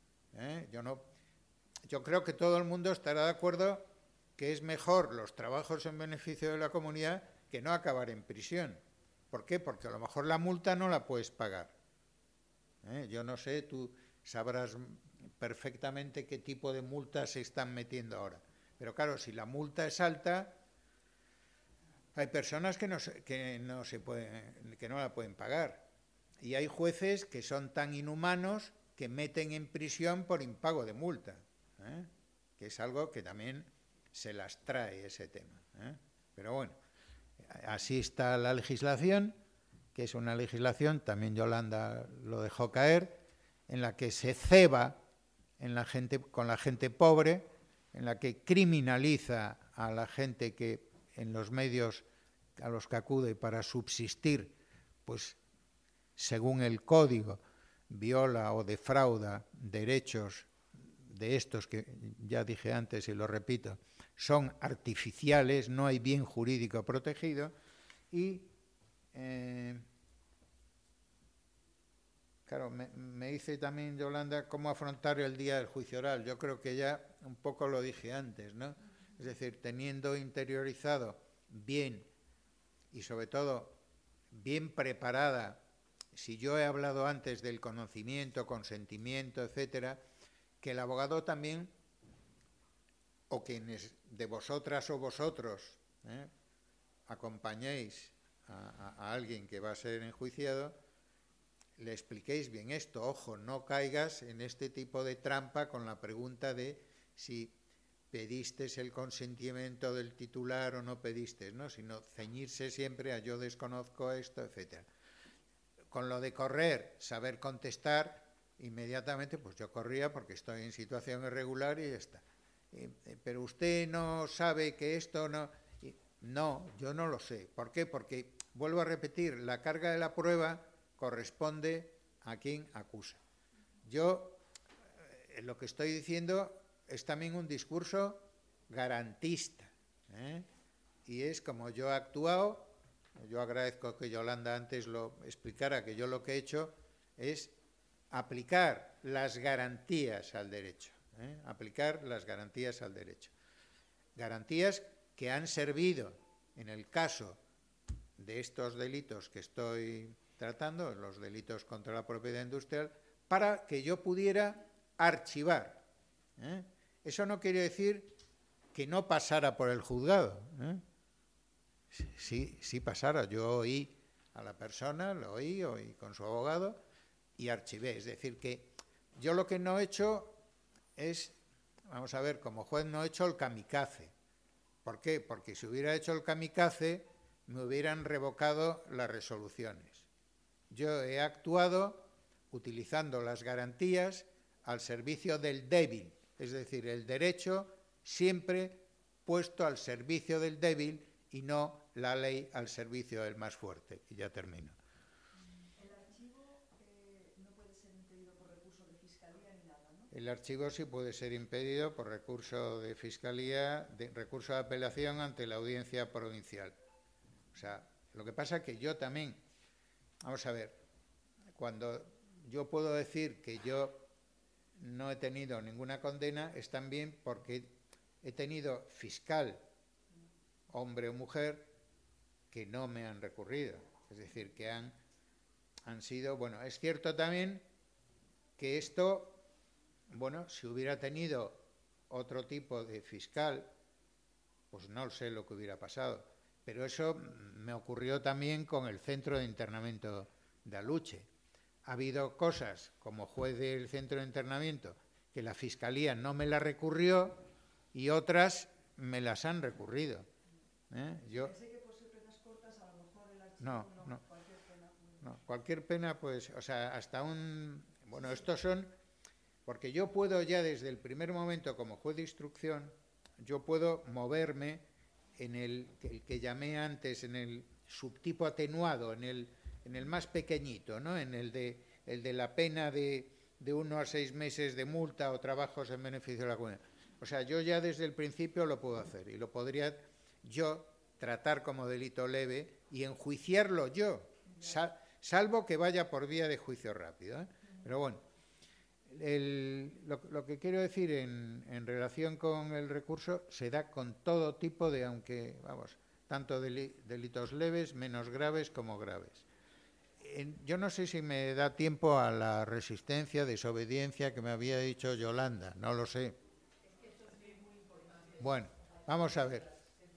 Yo creo que todo el mundo estará de acuerdo que es mejor los trabajos en beneficio de la comunidad que no acabar en prisión. ¿Por qué? Porque a lo mejor la multa no la puedes pagar. Yo no sé, tú sabrás perfectamente qué tipo de multas se están metiendo ahora. Pero claro, si la multa es alta, hay personas que no la pueden pagar. Y hay jueces que son tan inhumanos que meten en prisión por impago de multa, que es algo que también se las trae ese tema. Pero bueno, así está la legislación, que es una legislación, también Yolanda lo dejó caer, en la que se ceba con la gente pobre, en la que criminaliza a la gente que en los medios a los que acude para subsistir, pues según el código, viola o defrauda derechos de estos que ya dije antes y lo repito, son artificiales, no hay bien jurídico protegido y claro, me dice también Yolanda cómo afrontar el día del juicio oral. Yo creo que ya un poco lo dije antes, ¿no? Es decir, teniendo interiorizado bien y sobre todo bien preparada, si yo he hablado antes del conocimiento, consentimiento, etcétera, que el abogado también, o quienes de vosotras o vosotros acompañéis a alguien que va a ser enjuiciado, le expliquéis bien esto. Ojo, no caigas en este tipo de trampa con la pregunta de si pediste el consentimiento del titular o no pediste, ¿no? Sino ceñirse siempre a yo desconozco esto, etcétera. Con lo de correr, saber contestar, inmediatamente, pues yo corría porque estoy en situación irregular y ya está. Pero usted no sabe que esto no... No, yo no lo sé. ¿Por qué? Porque, vuelvo a repetir, la carga de la prueba corresponde a quien acusa. Yo lo que estoy diciendo es también un discurso garantista, y es como yo he actuado. Yo agradezco que Yolanda antes lo explicara, que yo lo que he hecho es aplicar las garantías al derecho, aplicar las garantías al derecho. Garantías que han servido, en el caso de estos delitos que estoy tratando, los delitos contra la propiedad industrial, para que yo pudiera archivar. Eso no quiere decir que no pasara por el juzgado. Sí pasara. Yo oí a la persona, lo oí con su abogado y archivé. Es decir, que yo lo que no he hecho es, vamos a ver, como juez no he hecho el kamikaze. ¿Por qué? Porque si hubiera hecho el kamikaze me hubieran revocado las resoluciones. Yo he actuado utilizando las garantías al servicio del débil, es decir, el derecho siempre puesto al servicio del débil y no la ley al servicio del más fuerte. Y ya termino. ¿El archivo no puede ser impedido por recurso de fiscalía ni nada, no? El archivo sí puede ser impedido por recurso de fiscalía, recurso de apelación ante la audiencia provincial. O sea, lo que pasa es que yo también, vamos a ver, cuando yo puedo decir que yo no he tenido ninguna condena, es también porque he tenido fiscal, hombre o mujer, que no me han recurrido. Es decir, que han sido... Bueno, es cierto también que esto, bueno, si hubiera tenido otro tipo de fiscal, pues no sé lo que hubiera pasado. Pero eso me ocurrió también con el centro de internamiento de Aluche. Ha habido cosas, como juez del centro de internamiento, que la Fiscalía no me la recurrió y otras me las han recurrido. Yo Pensé que por ser penas cortas, a lo mejor el archivo no. Cualquier pena. No, cualquier pena, pues, o sea, hasta un... Bueno, estos son... Porque yo puedo ya desde el primer momento, como juez de instrucción, yo puedo moverme en el que llamé antes, en el subtipo atenuado, en el más pequeñito, ¿no? En el de la pena de 1 a 6 meses de multa o trabajos en beneficio de la comunidad. O sea, yo ya desde el principio lo puedo hacer y lo podría yo tratar como delito leve y enjuiciarlo yo, salvo que vaya por vía de juicio rápido, ¿eh? Pero bueno, lo que quiero decir en relación con el recurso se da con todo tipo de, aunque, vamos, tanto delitos leves, menos graves como graves. Yo no sé si me da tiempo a la resistencia, desobediencia que me había dicho Yolanda, no lo sé. Bueno, vamos a ver.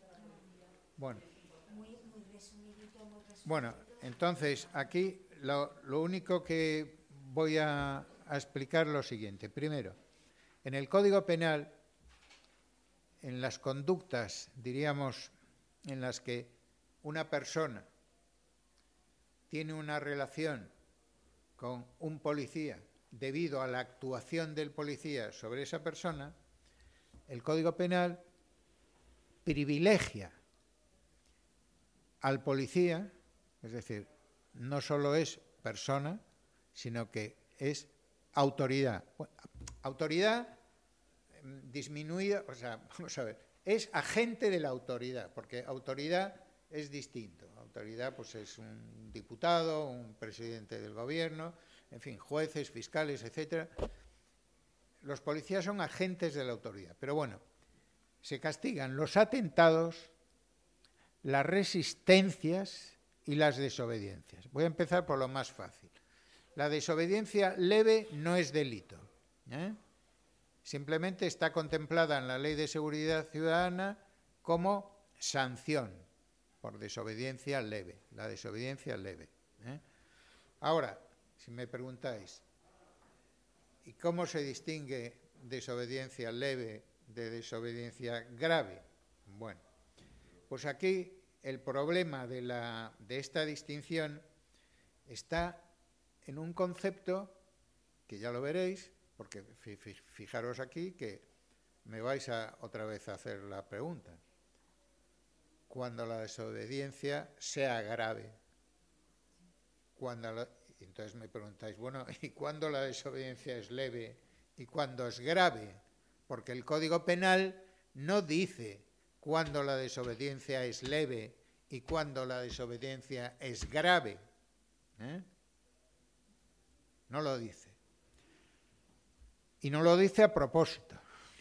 Bueno, entonces aquí lo único que voy a explicar lo siguiente. Primero, en el Código Penal, en las conductas, diríamos, en las que una persona tiene una relación con un policía debido a la actuación del policía sobre esa persona, el Código Penal privilegia al policía, es decir, no solo es persona, sino que es autoridad. Bueno, autoridad disminuida, o sea, vamos a ver, es agente de la autoridad, porque autoridad es distinto. Autoridad pues es un diputado, un presidente del gobierno, en fin, jueces, fiscales, etcétera. Los policías son agentes de la autoridad, pero bueno, se castigan los atentados, las resistencias y las desobediencias. Voy a empezar por lo más fácil. La desobediencia leve no es delito, ¿eh? Simplemente está contemplada en la Ley de Seguridad Ciudadana como sanción por desobediencia leve, la desobediencia leve, ¿eh? Ahora, si me preguntáis, ¿y cómo se distingue desobediencia leve de desobediencia grave? Bueno, pues aquí el problema de esta distinción está en un concepto que ya lo veréis, porque fijaros aquí que me vais otra vez a hacer la pregunta. Cuando la desobediencia sea grave. Entonces me preguntáis, bueno, ¿y cuándo la desobediencia es leve y cuándo es grave? Porque el Código Penal no dice cuándo la desobediencia es leve y cuándo la desobediencia es grave, ¿eh? No lo dice. Y no lo dice a propósito.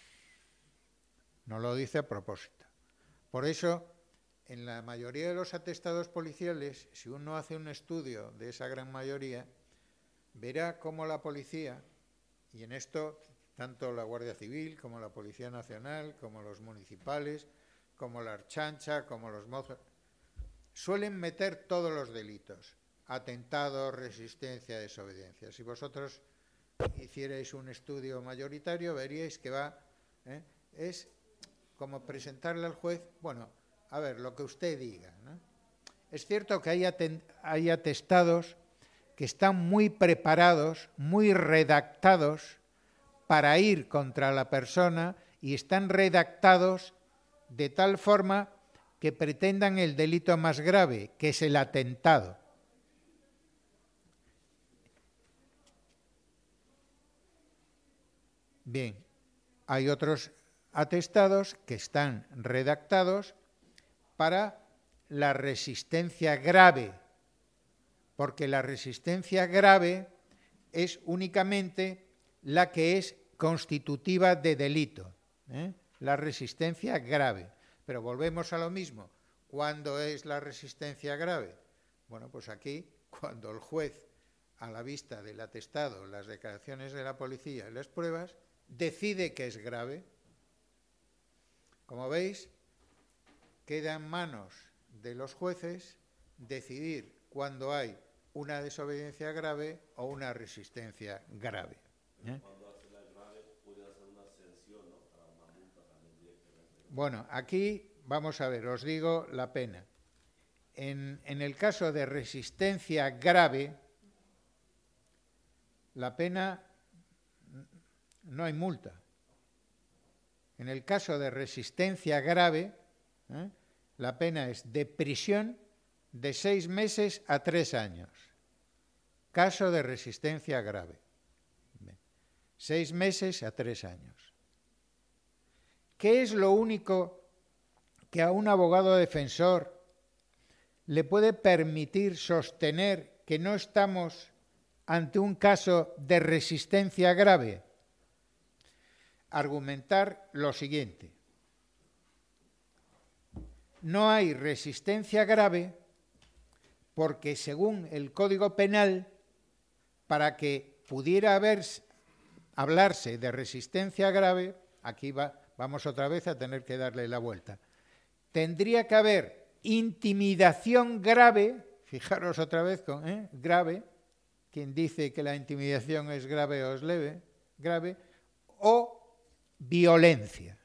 No lo dice a propósito. Por eso, en la mayoría de los atestados policiales, si uno hace un estudio de esa gran mayoría, verá cómo la policía, y en esto tanto la Guardia Civil como la Policía Nacional, como los municipales, como la Ertzaintza, como los mozos, suelen meter todos los delitos. Atentados, resistencia, desobediencia. Si vosotros hicierais un estudio mayoritario, veríais que es como presentarle al juez, bueno, a ver, lo que usted diga, ¿no? Es cierto que hay atestados que están muy preparados, muy redactados para ir contra la persona y están redactados de tal forma que pretendan el delito más grave, que es el atentado. Bien, hay otros atestados que están redactados para la resistencia grave, porque la resistencia grave es únicamente la que es constitutiva de delito, ¿eh? La resistencia grave. Pero volvemos a lo mismo. ¿Cuándo es la resistencia grave? Bueno, pues aquí, cuando el juez, a la vista del atestado, las declaraciones de la policía y las pruebas, decide que es grave. Como veis, queda en manos de los jueces decidir cuándo hay una desobediencia grave o una resistencia grave, ¿eh? Cuando hace la grave, puede hacer una sanción, ¿no? Para una multa también directamente. Bueno, aquí vamos a ver, os digo la pena. En el caso de resistencia grave, la pena no hay multa. En el caso de resistencia grave, la pena es de prisión de 6 meses a 3 años. Caso de resistencia grave. 6 meses a 3 años. ¿Qué es lo único que a un abogado defensor le puede permitir sostener que no estamos ante un caso de resistencia grave? Argumentar lo siguiente. No hay resistencia grave porque, según el Código Penal, para que pudiera hablarse de resistencia grave, aquí vamos otra vez a tener que darle la vuelta, tendría que haber intimidación grave, fijaros otra vez con grave, quien dice que la intimidación es grave o es leve, grave, o violencia.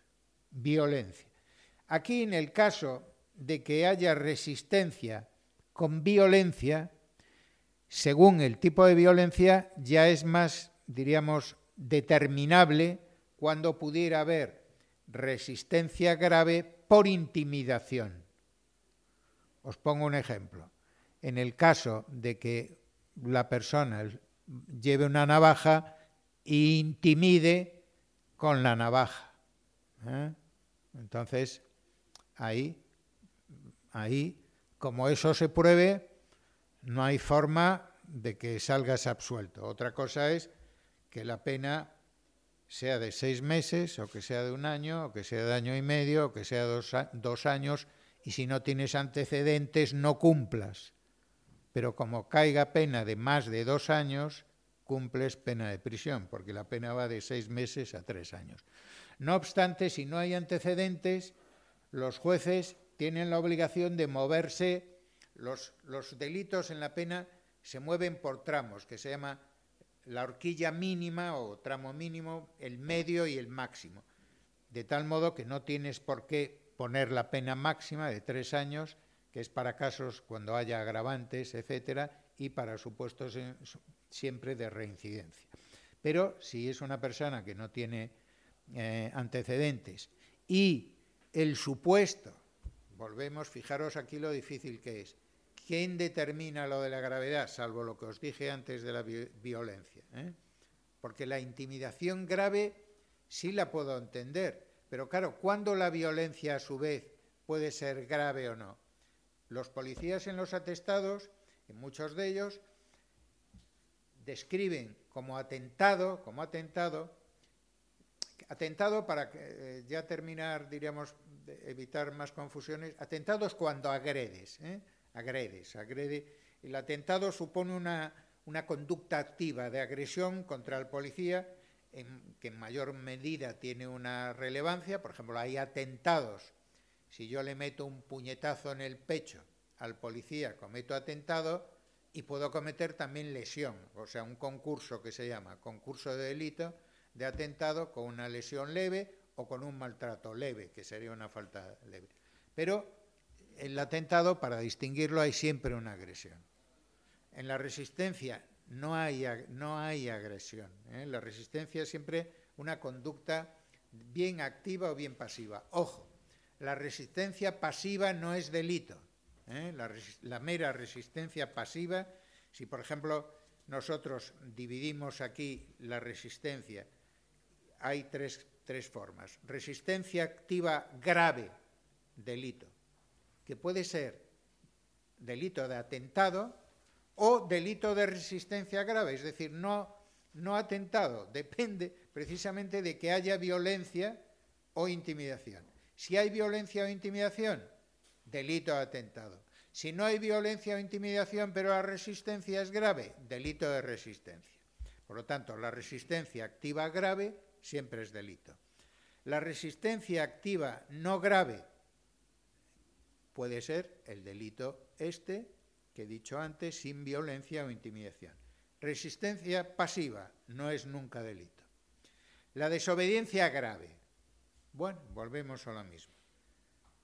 Aquí, en el caso de que haya resistencia con violencia, según el tipo de violencia, ya es más, diríamos, determinable cuando pudiera haber resistencia grave por intimidación. Os pongo un ejemplo. En el caso de que la persona lleve una navaja e intimide con la navaja, entonces ahí, como eso se pruebe, no hay forma de que salgas absuelto. Otra cosa es que la pena sea de 6 meses, o que sea de 1 año, o que sea de 1 año y medio, o que sea 2 años, y si no tienes antecedentes no cumplas. Pero como caiga pena de más de 2 años, cumples pena de prisión, porque la pena va de 6 meses a 3 años. No obstante, si no hay antecedentes, los jueces tienen la obligación de moverse. Los delitos en la pena se mueven por tramos, que se llama la horquilla mínima o tramo mínimo, el medio y el máximo. De tal modo que no tienes por qué poner la pena máxima de 3 años, que es para casos cuando haya agravantes, etcétera, y para supuestos siempre de reincidencia. Pero si es una persona que no tiene antecedentes y el supuesto, volvemos, fijaros aquí lo difícil que es. ¿Quién determina lo de la gravedad? Salvo lo que os dije antes de la violencia. Porque la intimidación grave sí la puedo entender, pero claro, ¿cuándo la violencia a su vez puede ser grave o no? Los policías en los atestados, en muchos de ellos, describen como atentado para ya terminar, diríamos, evitar más confusiones, atentados cuando agredes. El atentado supone una conducta activa de agresión contra el policía que en mayor medida tiene una relevancia. Por ejemplo, hay atentados. Si yo le meto un puñetazo en el pecho al policía, cometo atentado y puedo cometer también lesión, o sea, un concurso que se llama concurso de delito de atentado con una lesión leve o con un maltrato leve, que sería una falta leve. Pero el atentado, para distinguirlo, hay siempre una agresión. En la resistencia no hay agresión. La resistencia es siempre una conducta bien activa o bien pasiva. Ojo, la resistencia pasiva no es delito. La mera resistencia pasiva, si por ejemplo nosotros dividimos aquí la resistencia, hay tres formas. Resistencia activa grave, delito, que puede ser delito de atentado o delito de resistencia grave, es decir, no atentado, depende precisamente de que haya violencia o intimidación. Si hay violencia o intimidación, delito de atentado. Si no hay violencia o intimidación, pero la resistencia es grave, delito de resistencia. Por lo tanto, la resistencia activa grave siempre es delito. La resistencia activa no grave puede ser el delito que he dicho antes, sin violencia o intimidación. Resistencia pasiva no es nunca delito. La desobediencia grave. Bueno, volvemos a lo mismo.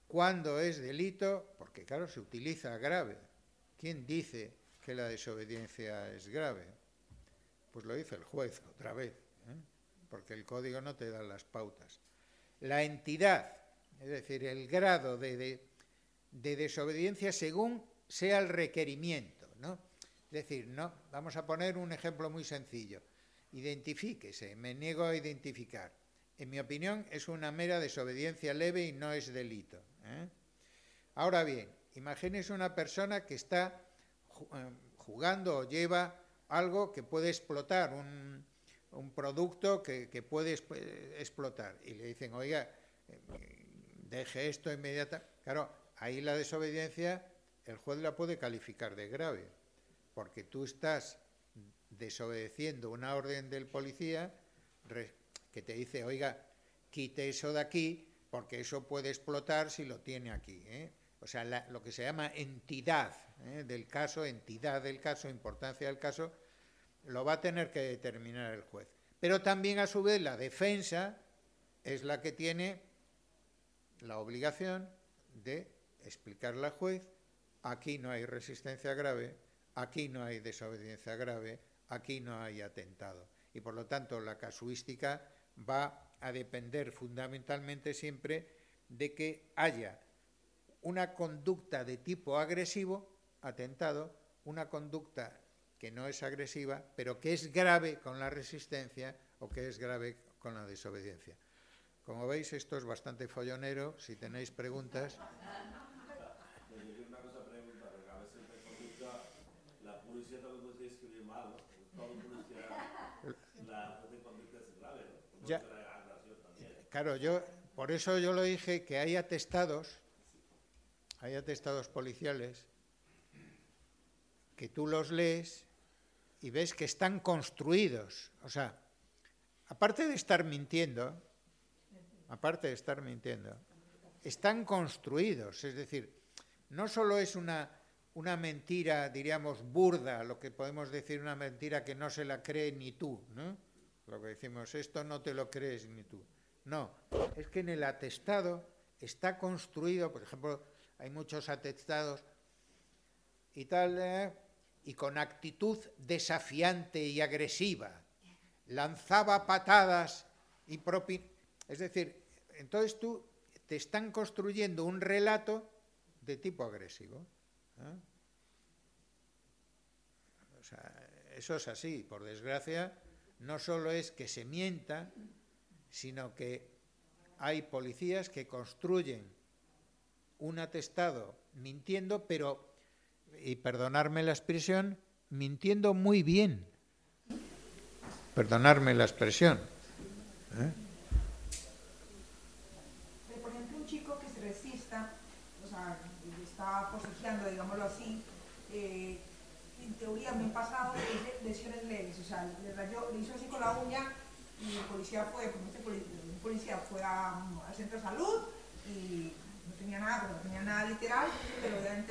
¿Cuándo es delito? Porque, claro, se utiliza grave. ¿Quién dice que la desobediencia es grave? Pues lo dice el juez, otra vez, porque el código no te da las pautas. La entidad, es decir, el grado de desobediencia según sea el requerimiento, ¿no? Es decir, no, vamos a poner un ejemplo muy sencillo. Identifíquese, me niego a identificar. En mi opinión, es una mera desobediencia leve y no es delito. Ahora bien, imagínese una persona que está jugando o lleva algo que puede explotar, un producto que puede explotar. Y le dicen, oiga, deje esto inmediatamente. Claro, ahí la desobediencia, el juez la puede calificar de grave, porque tú estás desobedeciendo una orden del policía que te dice, oiga, quite eso de aquí, porque eso puede explotar si lo tiene aquí. O sea, lo que se llama entidad del caso, importancia del caso, lo va a tener que determinar el juez. Pero también, a su vez, la defensa es la que tiene la obligación de explicarle al juez, aquí no hay resistencia grave, aquí no hay desobediencia grave, aquí no hay atentado. Y, por lo tanto, la casuística va a depender fundamentalmente siempre de que haya una conducta de tipo agresivo, atentado, una conducta que no es agresiva, pero que es grave con la resistencia o que es grave con la desobediencia. Como veis, esto es bastante follonero. Si tenéis preguntas... La policía también puede escribir mal, ¿no? Todo policía, la conducta es grave, ¿no? Ya, claro, por eso yo lo dije, que hay atestados policiales que tú los lees y ves que están construidos. O sea, aparte de estar mintiendo, están construidos. Es decir, no solo es una mentira, diríamos, burda, lo que podemos decir una mentira que no se la cree ni tú, ¿no? Lo que decimos, esto no te lo crees ni tú. No, es que en el atestado está construido, por ejemplo, hay muchos atestados y tal, y con actitud desafiante y agresiva, lanzaba patadas y es decir, entonces tú te están construyendo un relato de tipo agresivo. O sea, eso es así, por desgracia. No solo es que se mienta, sino que hay policías que construyen un atestado mintiendo, pero, y perdonarme la expresión, mintiendo muy bien. Perdonarme la expresión. Por ejemplo, un chico que se resista, o sea, está forcejeando, digámoslo así, en teoría me han pasado lesiones leves, o sea, le hizo así con la uña y el policía fue, un policía fue al centro de salud y no tenía nada literal, pero obviamente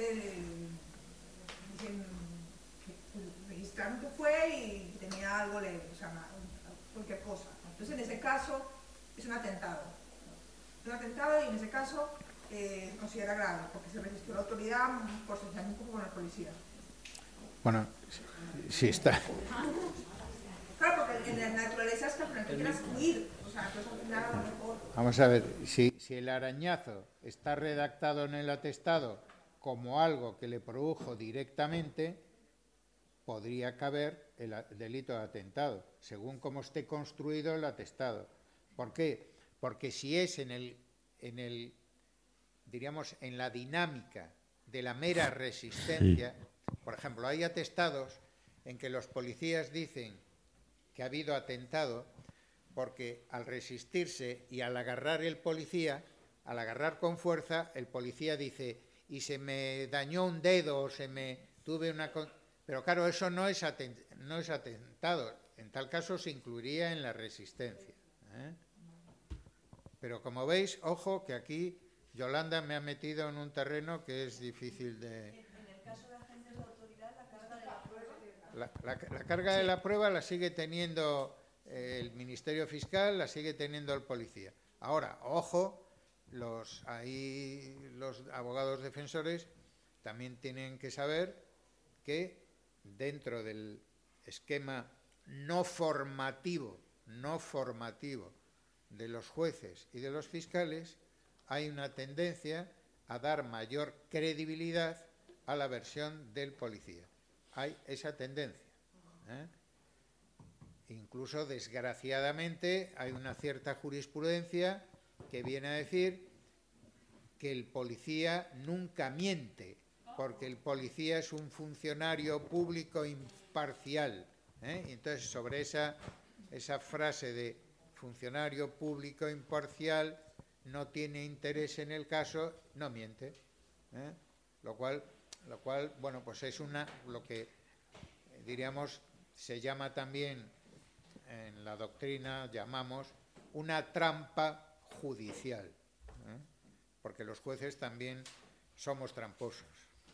dicen que registraron que fue y tenía algo leve, o sea, cualquier cosa. Entonces, en ese caso, es un atentado. Es un atentado y en ese caso se considera grave, porque se registró la autoridad por señalar un poco con la policía. Bueno, sí está. Claro, porque en la naturaleza es que al final tú quieras huir, o sea, entonces al final a lo mejor... Vamos a ver, si el arañazo está redactado en el atestado como algo que le produjo directamente, podría caber el delito de atentado, según cómo esté construido el atestado. ¿Por qué? Porque si es diríamos, en la dinámica de la mera resistencia, por ejemplo, hay atestados en que los policías dicen que ha habido atentado porque al resistirse y al agarrar el policía, al agarrar con fuerza, el policía dice, y se me dañó un dedo o tuve una... Pero claro, eso no es atentado. En tal caso se incluiría en la resistencia. Pero como veis, ojo, que aquí Yolanda me ha metido en un terreno que es difícil de... En el caso de agentes de autoridad, la carga de la prueba... La carga de la prueba la sigue teniendo el Ministerio Fiscal, la sigue teniendo el policía. Ahora, ojo, los abogados defensores también tienen que saber que dentro del esquema no formativo de los jueces y de los fiscales hay una tendencia a dar mayor credibilidad a la versión del policía. Hay esa tendencia, ¿eh? Incluso, desgraciadamente, hay una cierta jurisprudencia que viene a decir que el policía nunca miente, porque el policía es un funcionario público imparcial, ¿eh? Y entonces, sobre esa frase de funcionario público imparcial, no tiene interés en el caso, no miente, ¿eh? Lo cual, bueno, pues es lo que diríamos se llama también en la doctrina, llamamos una trampa judicial, ¿eh? Porque los jueces también somos tramposos.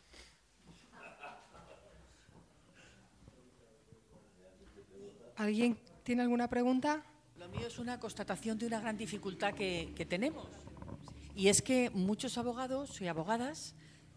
¿Alguien tiene alguna pregunta? Lo mío es una constatación de una gran dificultad que tenemos. Y es que muchos abogados y abogadas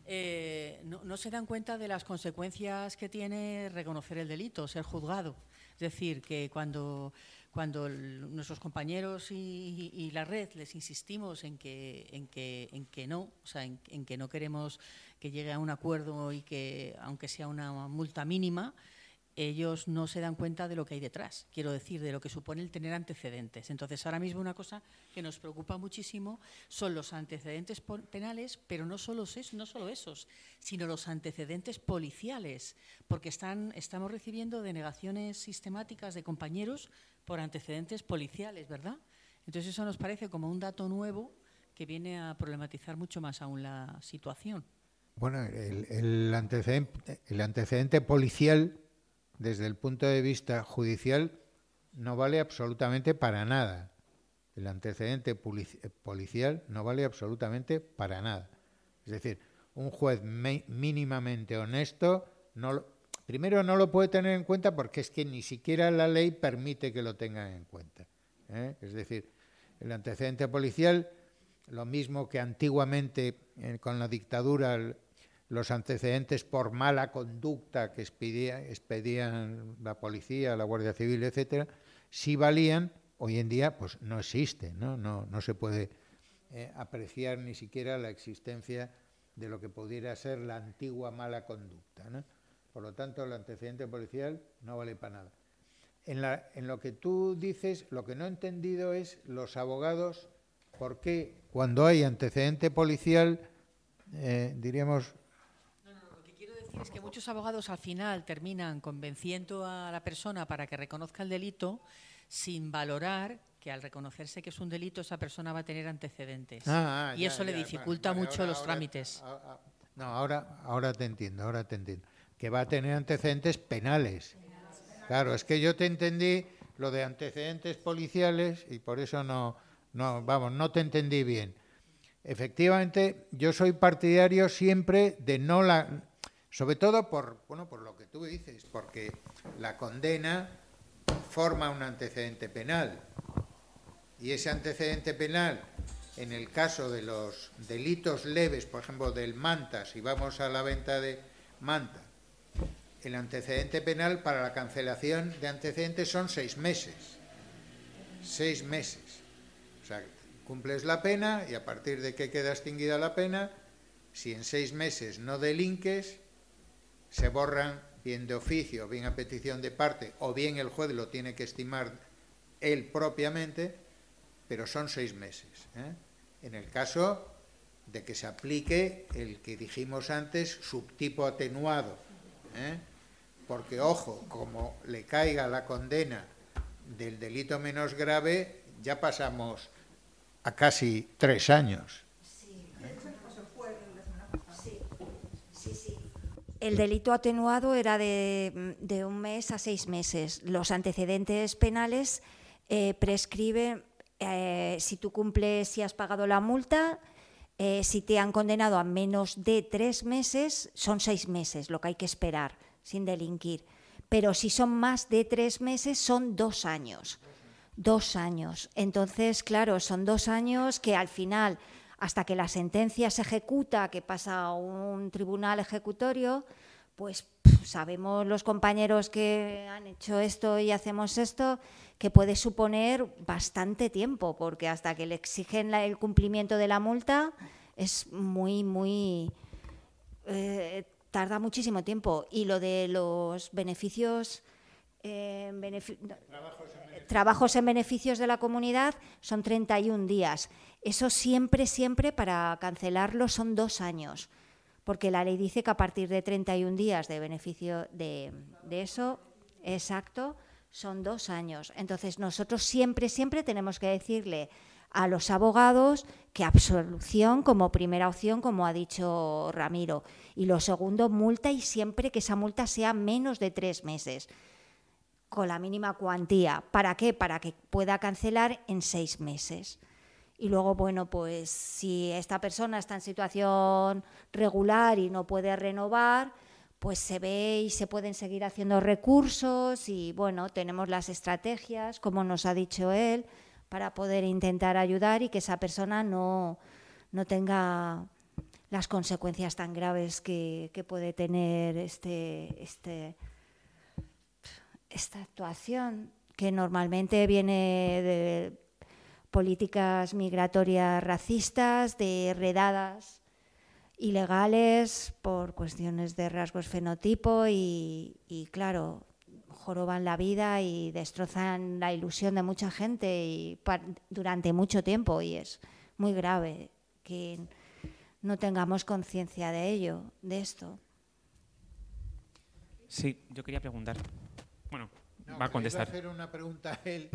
no se dan cuenta de las consecuencias que tiene reconocer el delito, ser juzgado. Es decir, que cuando nuestros compañeros y la red les insistimos en que no, o sea, en que no queremos que llegue a un acuerdo y que, aunque sea una multa mínima, ellos no se dan cuenta de lo que hay detrás, quiero decir, de lo que supone el tener antecedentes. Entonces, ahora mismo una cosa que nos preocupa muchísimo son los antecedentes penales, pero no solo esos, sino los antecedentes policiales, porque estamos recibiendo denegaciones sistemáticas de compañeros por antecedentes policiales, ¿verdad? Entonces, eso nos parece como un dato nuevo que viene a problematizar mucho más aún la situación. Bueno, el antecedente policial, desde el punto de vista judicial, no vale absolutamente para nada. El antecedente policial no vale absolutamente para nada. Es decir, un juez mínimamente honesto primero no lo puede tener en cuenta porque es que ni siquiera la ley permite que lo tengan en cuenta, ¿eh? Es decir, el antecedente policial, lo mismo que antiguamente con la dictadura, los antecedentes por mala conducta que expedían la policía, la Guardia Civil, etcétera, sí valían. Hoy en día, pues no existe, no se puede apreciar ni siquiera la existencia de lo que pudiera ser la antigua mala conducta, ¿no? Por lo tanto, el antecedente policial no vale para nada. En lo que tú dices, lo que no he entendido es los abogados, ¿por qué cuando hay antecedente policial, diríamos... Es que muchos abogados al final terminan convenciendo a la persona para que reconozca el delito sin valorar que al reconocerse que es un delito esa persona va a tener antecedentes. Y eso le dificulta mucho los trámites. Ahora te entiendo. Que va a tener antecedentes penales. Claro, es que yo te entendí lo de antecedentes policiales y por eso no te entendí bien. Efectivamente, yo soy partidario siempre de sobre todo por lo que tú dices, porque la condena forma un antecedente penal. Y ese antecedente penal, en el caso de los delitos leves, por ejemplo, del manta, si vamos a la venta de manta, el antecedente penal para la cancelación de antecedentes son 6 meses. 6 meses. O sea, cumples la pena y a partir de que queda extinguida la pena, si en 6 meses no delinques, se borran bien de oficio, bien a petición de parte, o bien el juez lo tiene que estimar él propiamente, pero son 6 meses, ¿eh? En el caso de que se aplique el que dijimos antes, subtipo atenuado, ¿eh? Porque, ojo, como le caiga la condena del delito menos grave, ya pasamos a casi 3 años. El delito atenuado era de 1 mes a 6 meses. Los antecedentes penales prescriben si tú cumples, si has pagado la multa, si te han condenado a menos de 3 meses, son 6 meses lo que hay que esperar sin delinquir. Pero si son más de 3 meses, son 2 años. 2 años. Entonces, claro, son 2 años que al final hasta que la sentencia se ejecuta, que pasa a un tribunal ejecutorio, pues sabemos los compañeros que han hecho esto y hacemos esto, que puede suponer bastante tiempo, porque hasta que le exigen el cumplimiento de la multa es tarda muchísimo tiempo. Y lo de los beneficios, trabajos en beneficios de la comunidad son 31 días. Eso siempre para cancelarlo son 2 años. Porque la ley dice que a partir de 31 días de beneficio de eso, exacto, son 2 años. Entonces, nosotros siempre tenemos que decirle a los abogados que absolución como primera opción, como ha dicho Ramiro. Y lo segundo, multa, y siempre que esa multa sea menos de 3 meses, con la mínima cuantía. ¿Para qué? Para que pueda cancelar en 6 meses. Y luego, bueno, pues si esta persona está en situación regular y no puede renovar, pues se ve y se pueden seguir haciendo recursos y, bueno, tenemos las estrategias, como nos ha dicho él, para poder intentar ayudar y que esa persona no tenga las consecuencias tan graves que puede tener esta actuación, que normalmente viene de políticas migratorias racistas, de redadas ilegales por cuestiones de rasgos fenotipo y claro, joroban la vida y destrozan la ilusión de mucha gente durante mucho tiempo, y es muy grave que no tengamos conciencia de ello, de esto. Sí, yo quería preguntar. Bueno, no, va a contestar. Iba a hacer una pregunta a él.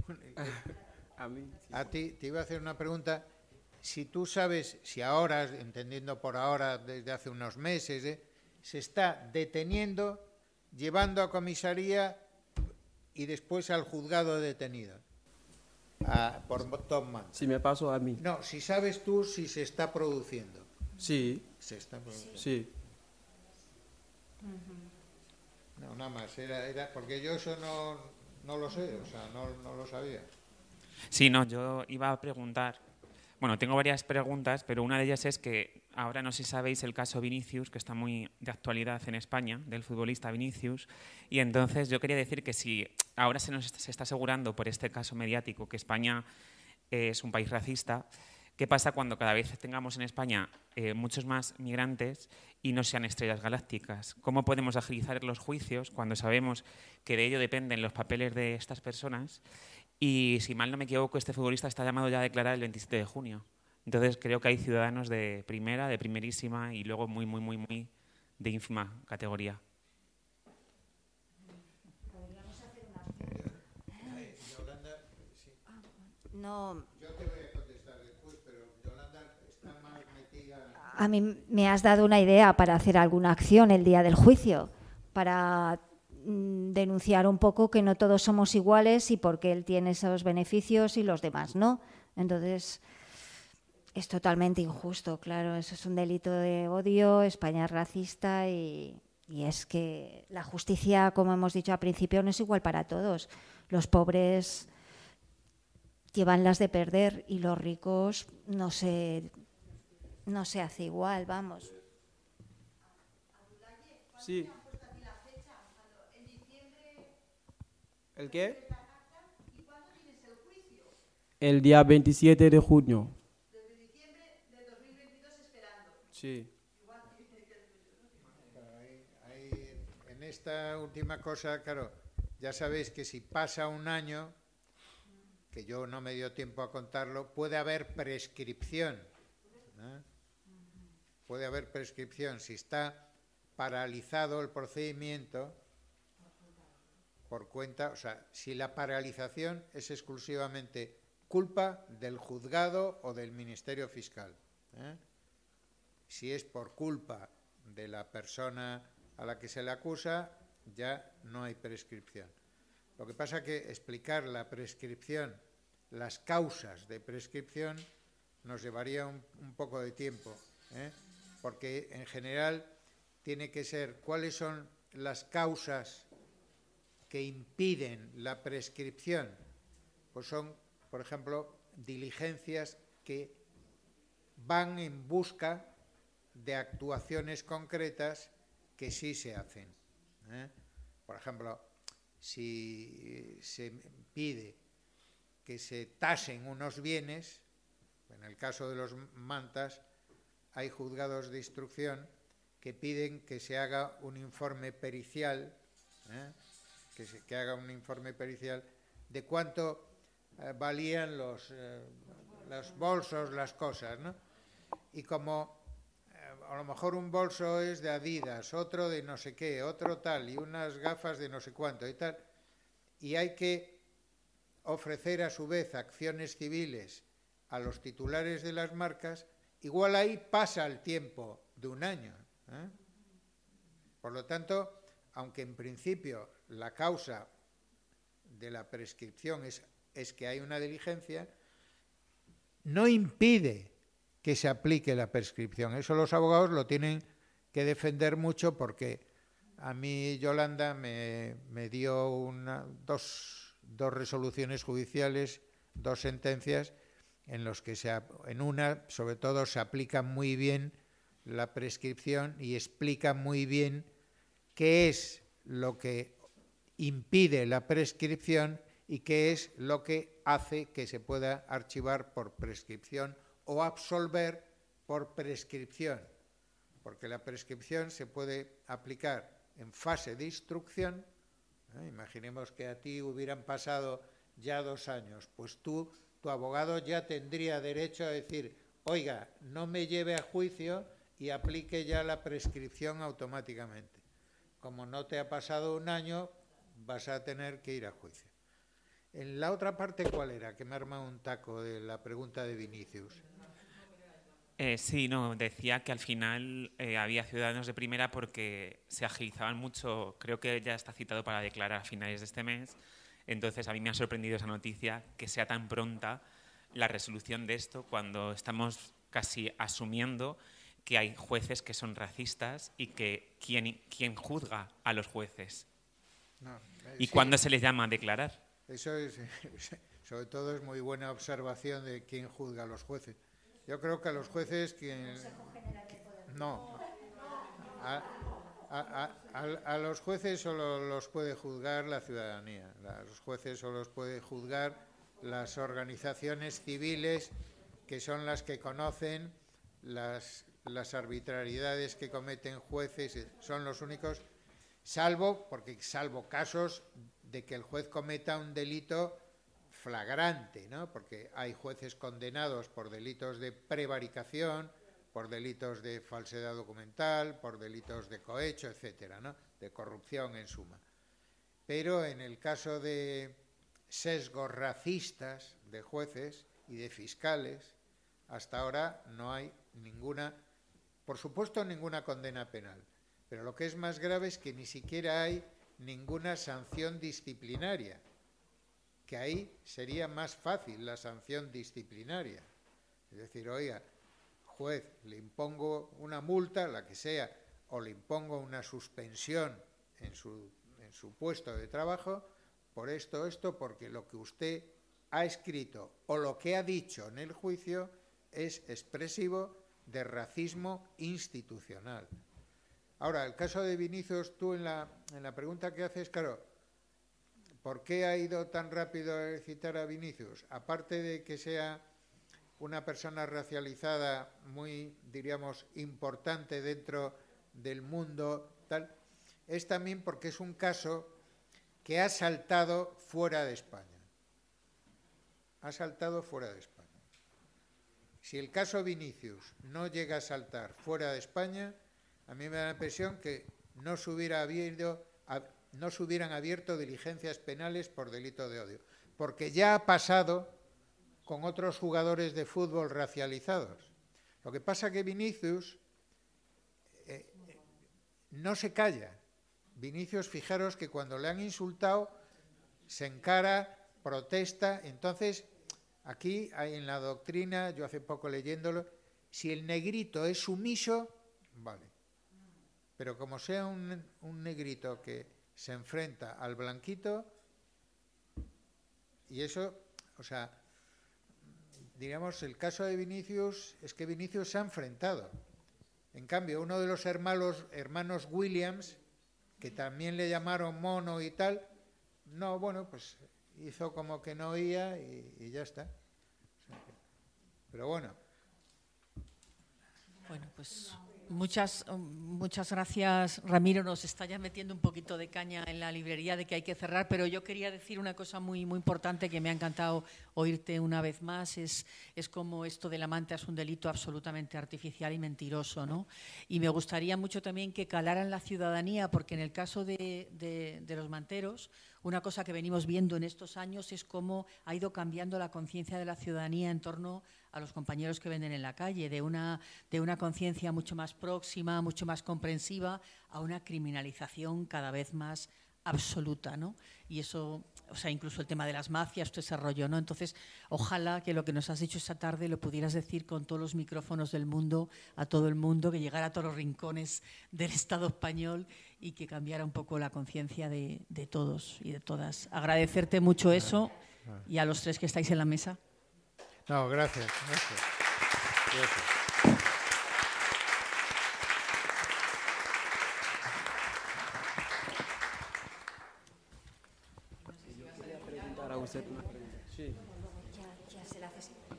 A ti te iba a hacer una pregunta. Si tú sabes, si ahora, entendiendo por ahora desde hace unos meses, se está deteniendo, llevando a comisaría y después al juzgado de detenido por Topman. Si me pasó a mí. No, si sabes tú si se está produciendo. Sí. Se está produciendo. Sí. No, nada más, era porque yo eso no lo sé, o sea, no lo sabía. Sí, no, yo iba a preguntar. Bueno, tengo varias preguntas, pero una de ellas es que ahora no sé si sabéis el caso Vinicius, que está muy de actualidad en España, del futbolista Vinicius, y entonces yo quería decir que si ahora se está asegurando por este caso mediático que España es un país racista, ¿qué pasa cuando cada vez tengamos en España muchos más migrantes y no sean estrellas galácticas? ¿Cómo podemos agilizar los juicios cuando sabemos que de ello dependen los papeles de estas personas? Y si mal no me equivoco, este futbolista está llamado ya a declarar el 27 de junio. Entonces creo que hay ciudadanos de primera, de primerísima y luego muy de ínfima categoría. ¿Podríamos hacer una... Yolanda, sí. No. Yo te voy a contestar después, pero Yolanda está más metida. A mí me has dado una idea para hacer alguna acción el día del juicio, para denunciar un poco que no todos somos iguales y porque él tiene esos beneficios y los demás no. Entonces, es totalmente injusto, claro, eso es un delito de odio, España es racista y es que la justicia, como hemos dicho al principio, no es igual para todos. Los pobres llevan las de perder y los ricos no se hace igual, vamos. Sí. ¿El qué? ¿Y cuándo tienes el juicio? El día 27 de junio. Desde diciembre de 2022 esperando. Sí. En esta última cosa, claro, ya sabéis que si pasa un año, que yo no me dio tiempo a contarlo, puede haber prescripción. ¿Eh? Puede haber prescripción. Si está paralizado el procedimiento por cuenta, o sea, si la paralización es exclusivamente culpa del juzgado o del Ministerio Fiscal. Si es por culpa de la persona a la que se le acusa, ya no hay prescripción. Lo que pasa es que explicar la prescripción, las causas de prescripción, nos llevaría un poco de tiempo, porque en general tiene que ser cuáles son las causas que impiden la prescripción. Pues son, por ejemplo, diligencias que van en busca de actuaciones concretas que sí se hacen. Por ejemplo, si se pide que se tasen unos bienes, en el caso de los mantas, hay juzgados de instrucción que piden que se haga un informe pericial, que haga un informe pericial de cuánto valían los bolsos, las cosas, ¿no? Y como a lo mejor un bolso es de Adidas, otro de no sé qué, otro tal, y unas gafas de no sé cuánto y tal, y hay que ofrecer a su vez acciones civiles a los titulares de las marcas, igual ahí pasa el tiempo de un año. Por lo tanto, aunque en principio la causa de la prescripción es que hay una diligencia, no impide que se aplique la prescripción. Eso los abogados lo tienen que defender mucho, porque a mí Yolanda me dio dos resoluciones judiciales, 2 sentencias, en los que en una, sobre todo, se aplica muy bien la prescripción y explica muy bien qué es lo que impide la prescripción y qué es lo que hace que se pueda archivar por prescripción o absolver por prescripción, porque la prescripción se puede aplicar en fase de instrucción. Imaginemos que a ti hubieran pasado ya 2 años, pues tu abogado ya tendría derecho a decir, oiga, no me lleve a juicio y aplique ya la prescripción automáticamente. Como no te ha pasado 1 año, vas a tener que ir a juicio. En la otra parte, ¿cuál era? Que me arma un taco de la pregunta de Vinicius. Sí, no, decía que al final había ciudadanos de primera porque se agilizaban mucho. Creo que ya está citado para declarar a finales de este mes. Entonces, a mí me ha sorprendido esa noticia, que sea tan pronta la resolución de esto, cuando estamos casi asumiendo que hay jueces que son racistas y que ¿quién juzga a los jueces? ¿Y sí, cuándo se les llama a declarar? Eso es, sobre todo, es muy buena observación de quién juzga a los jueces. Yo creo que a los jueces a los jueces solo los puede juzgar la ciudadanía. A los jueces solo los puede juzgar las organizaciones civiles, que son las que conocen las arbitrariedades que cometen jueces. Son los únicos, salvo casos de que el juez cometa un delito flagrante, ¿no? Porque hay jueces condenados por delitos de prevaricación, por delitos de falsedad documental, por delitos de cohecho, etcétera, ¿no? De corrupción, en suma. Pero en el caso de sesgos racistas de jueces y de fiscales, hasta ahora no hay ninguna, por supuesto, ninguna condena penal. Pero lo que es más grave es que ni siquiera hay ninguna sanción disciplinaria, que ahí sería más fácil la sanción disciplinaria. Es decir, oiga, juez, le impongo una multa, la que sea, o le impongo una suspensión en su puesto de trabajo por esto, porque lo que usted ha escrito o lo que ha dicho en el juicio es expresivo de racismo institucional. Ahora, el caso de Vinicius, tú en la pregunta que haces, claro, ¿por qué ha ido tan rápido a citar a Vinicius? Aparte de que sea una persona racializada muy, diríamos, importante dentro del mundo, tal, es también porque es un caso que ha saltado fuera de España. Ha saltado fuera de España. Si el caso Vinicius no llega a saltar fuera de España, a mí me da la impresión que no se hubieran abierto diligencias penales por delito de odio, porque ya ha pasado con otros jugadores de fútbol racializados. Lo que pasa es que Vinicius no se calla. Vinicius, fijaros que cuando le han insultado, se encara, protesta. Entonces, aquí hay en la doctrina, yo hace poco leyéndolo, si el negrito es sumiso, vale. Pero como sea un negrito que se enfrenta al blanquito, y eso, o sea, digamos, el caso de Vinicius es que Vinicius se ha enfrentado. En cambio, uno de los hermanos Williams, que también le llamaron mono y tal, no, bueno, pues hizo como que no oía y ya está. Pero bueno. Bueno, pues muchas gracias, Ramiro. Nos está ya metiendo un poquito de caña en la librería de que hay que cerrar, pero yo quería decir una cosa muy, muy importante que me ha encantado oírte una vez más. Es como esto del amante es un delito absolutamente artificial y mentiroso, ¿no? Y me gustaría mucho también que calaran la ciudadanía, porque en el caso de los manteros, una cosa que venimos viendo en estos años es cómo ha ido cambiando la conciencia de la ciudadanía en torno a los compañeros que venden en la calle, de una conciencia mucho más próxima, mucho más comprensiva, a una criminalización cada vez más absoluta, ¿no? Y eso, o sea, incluso el tema de las mafias, todo ese rollo, ¿no? Entonces, ojalá que lo que nos has dicho esta tarde lo pudieras decir con todos los micrófonos del mundo, a todo el mundo, que llegara a todos los rincones del Estado español y que cambiara un poco la conciencia de todos y de todas. Agradecerte mucho eso y a los tres que estáis en la mesa. No, gracias. Gracias. Yo quería preguntar a usted una pregunta. Sí. Ya se la haces.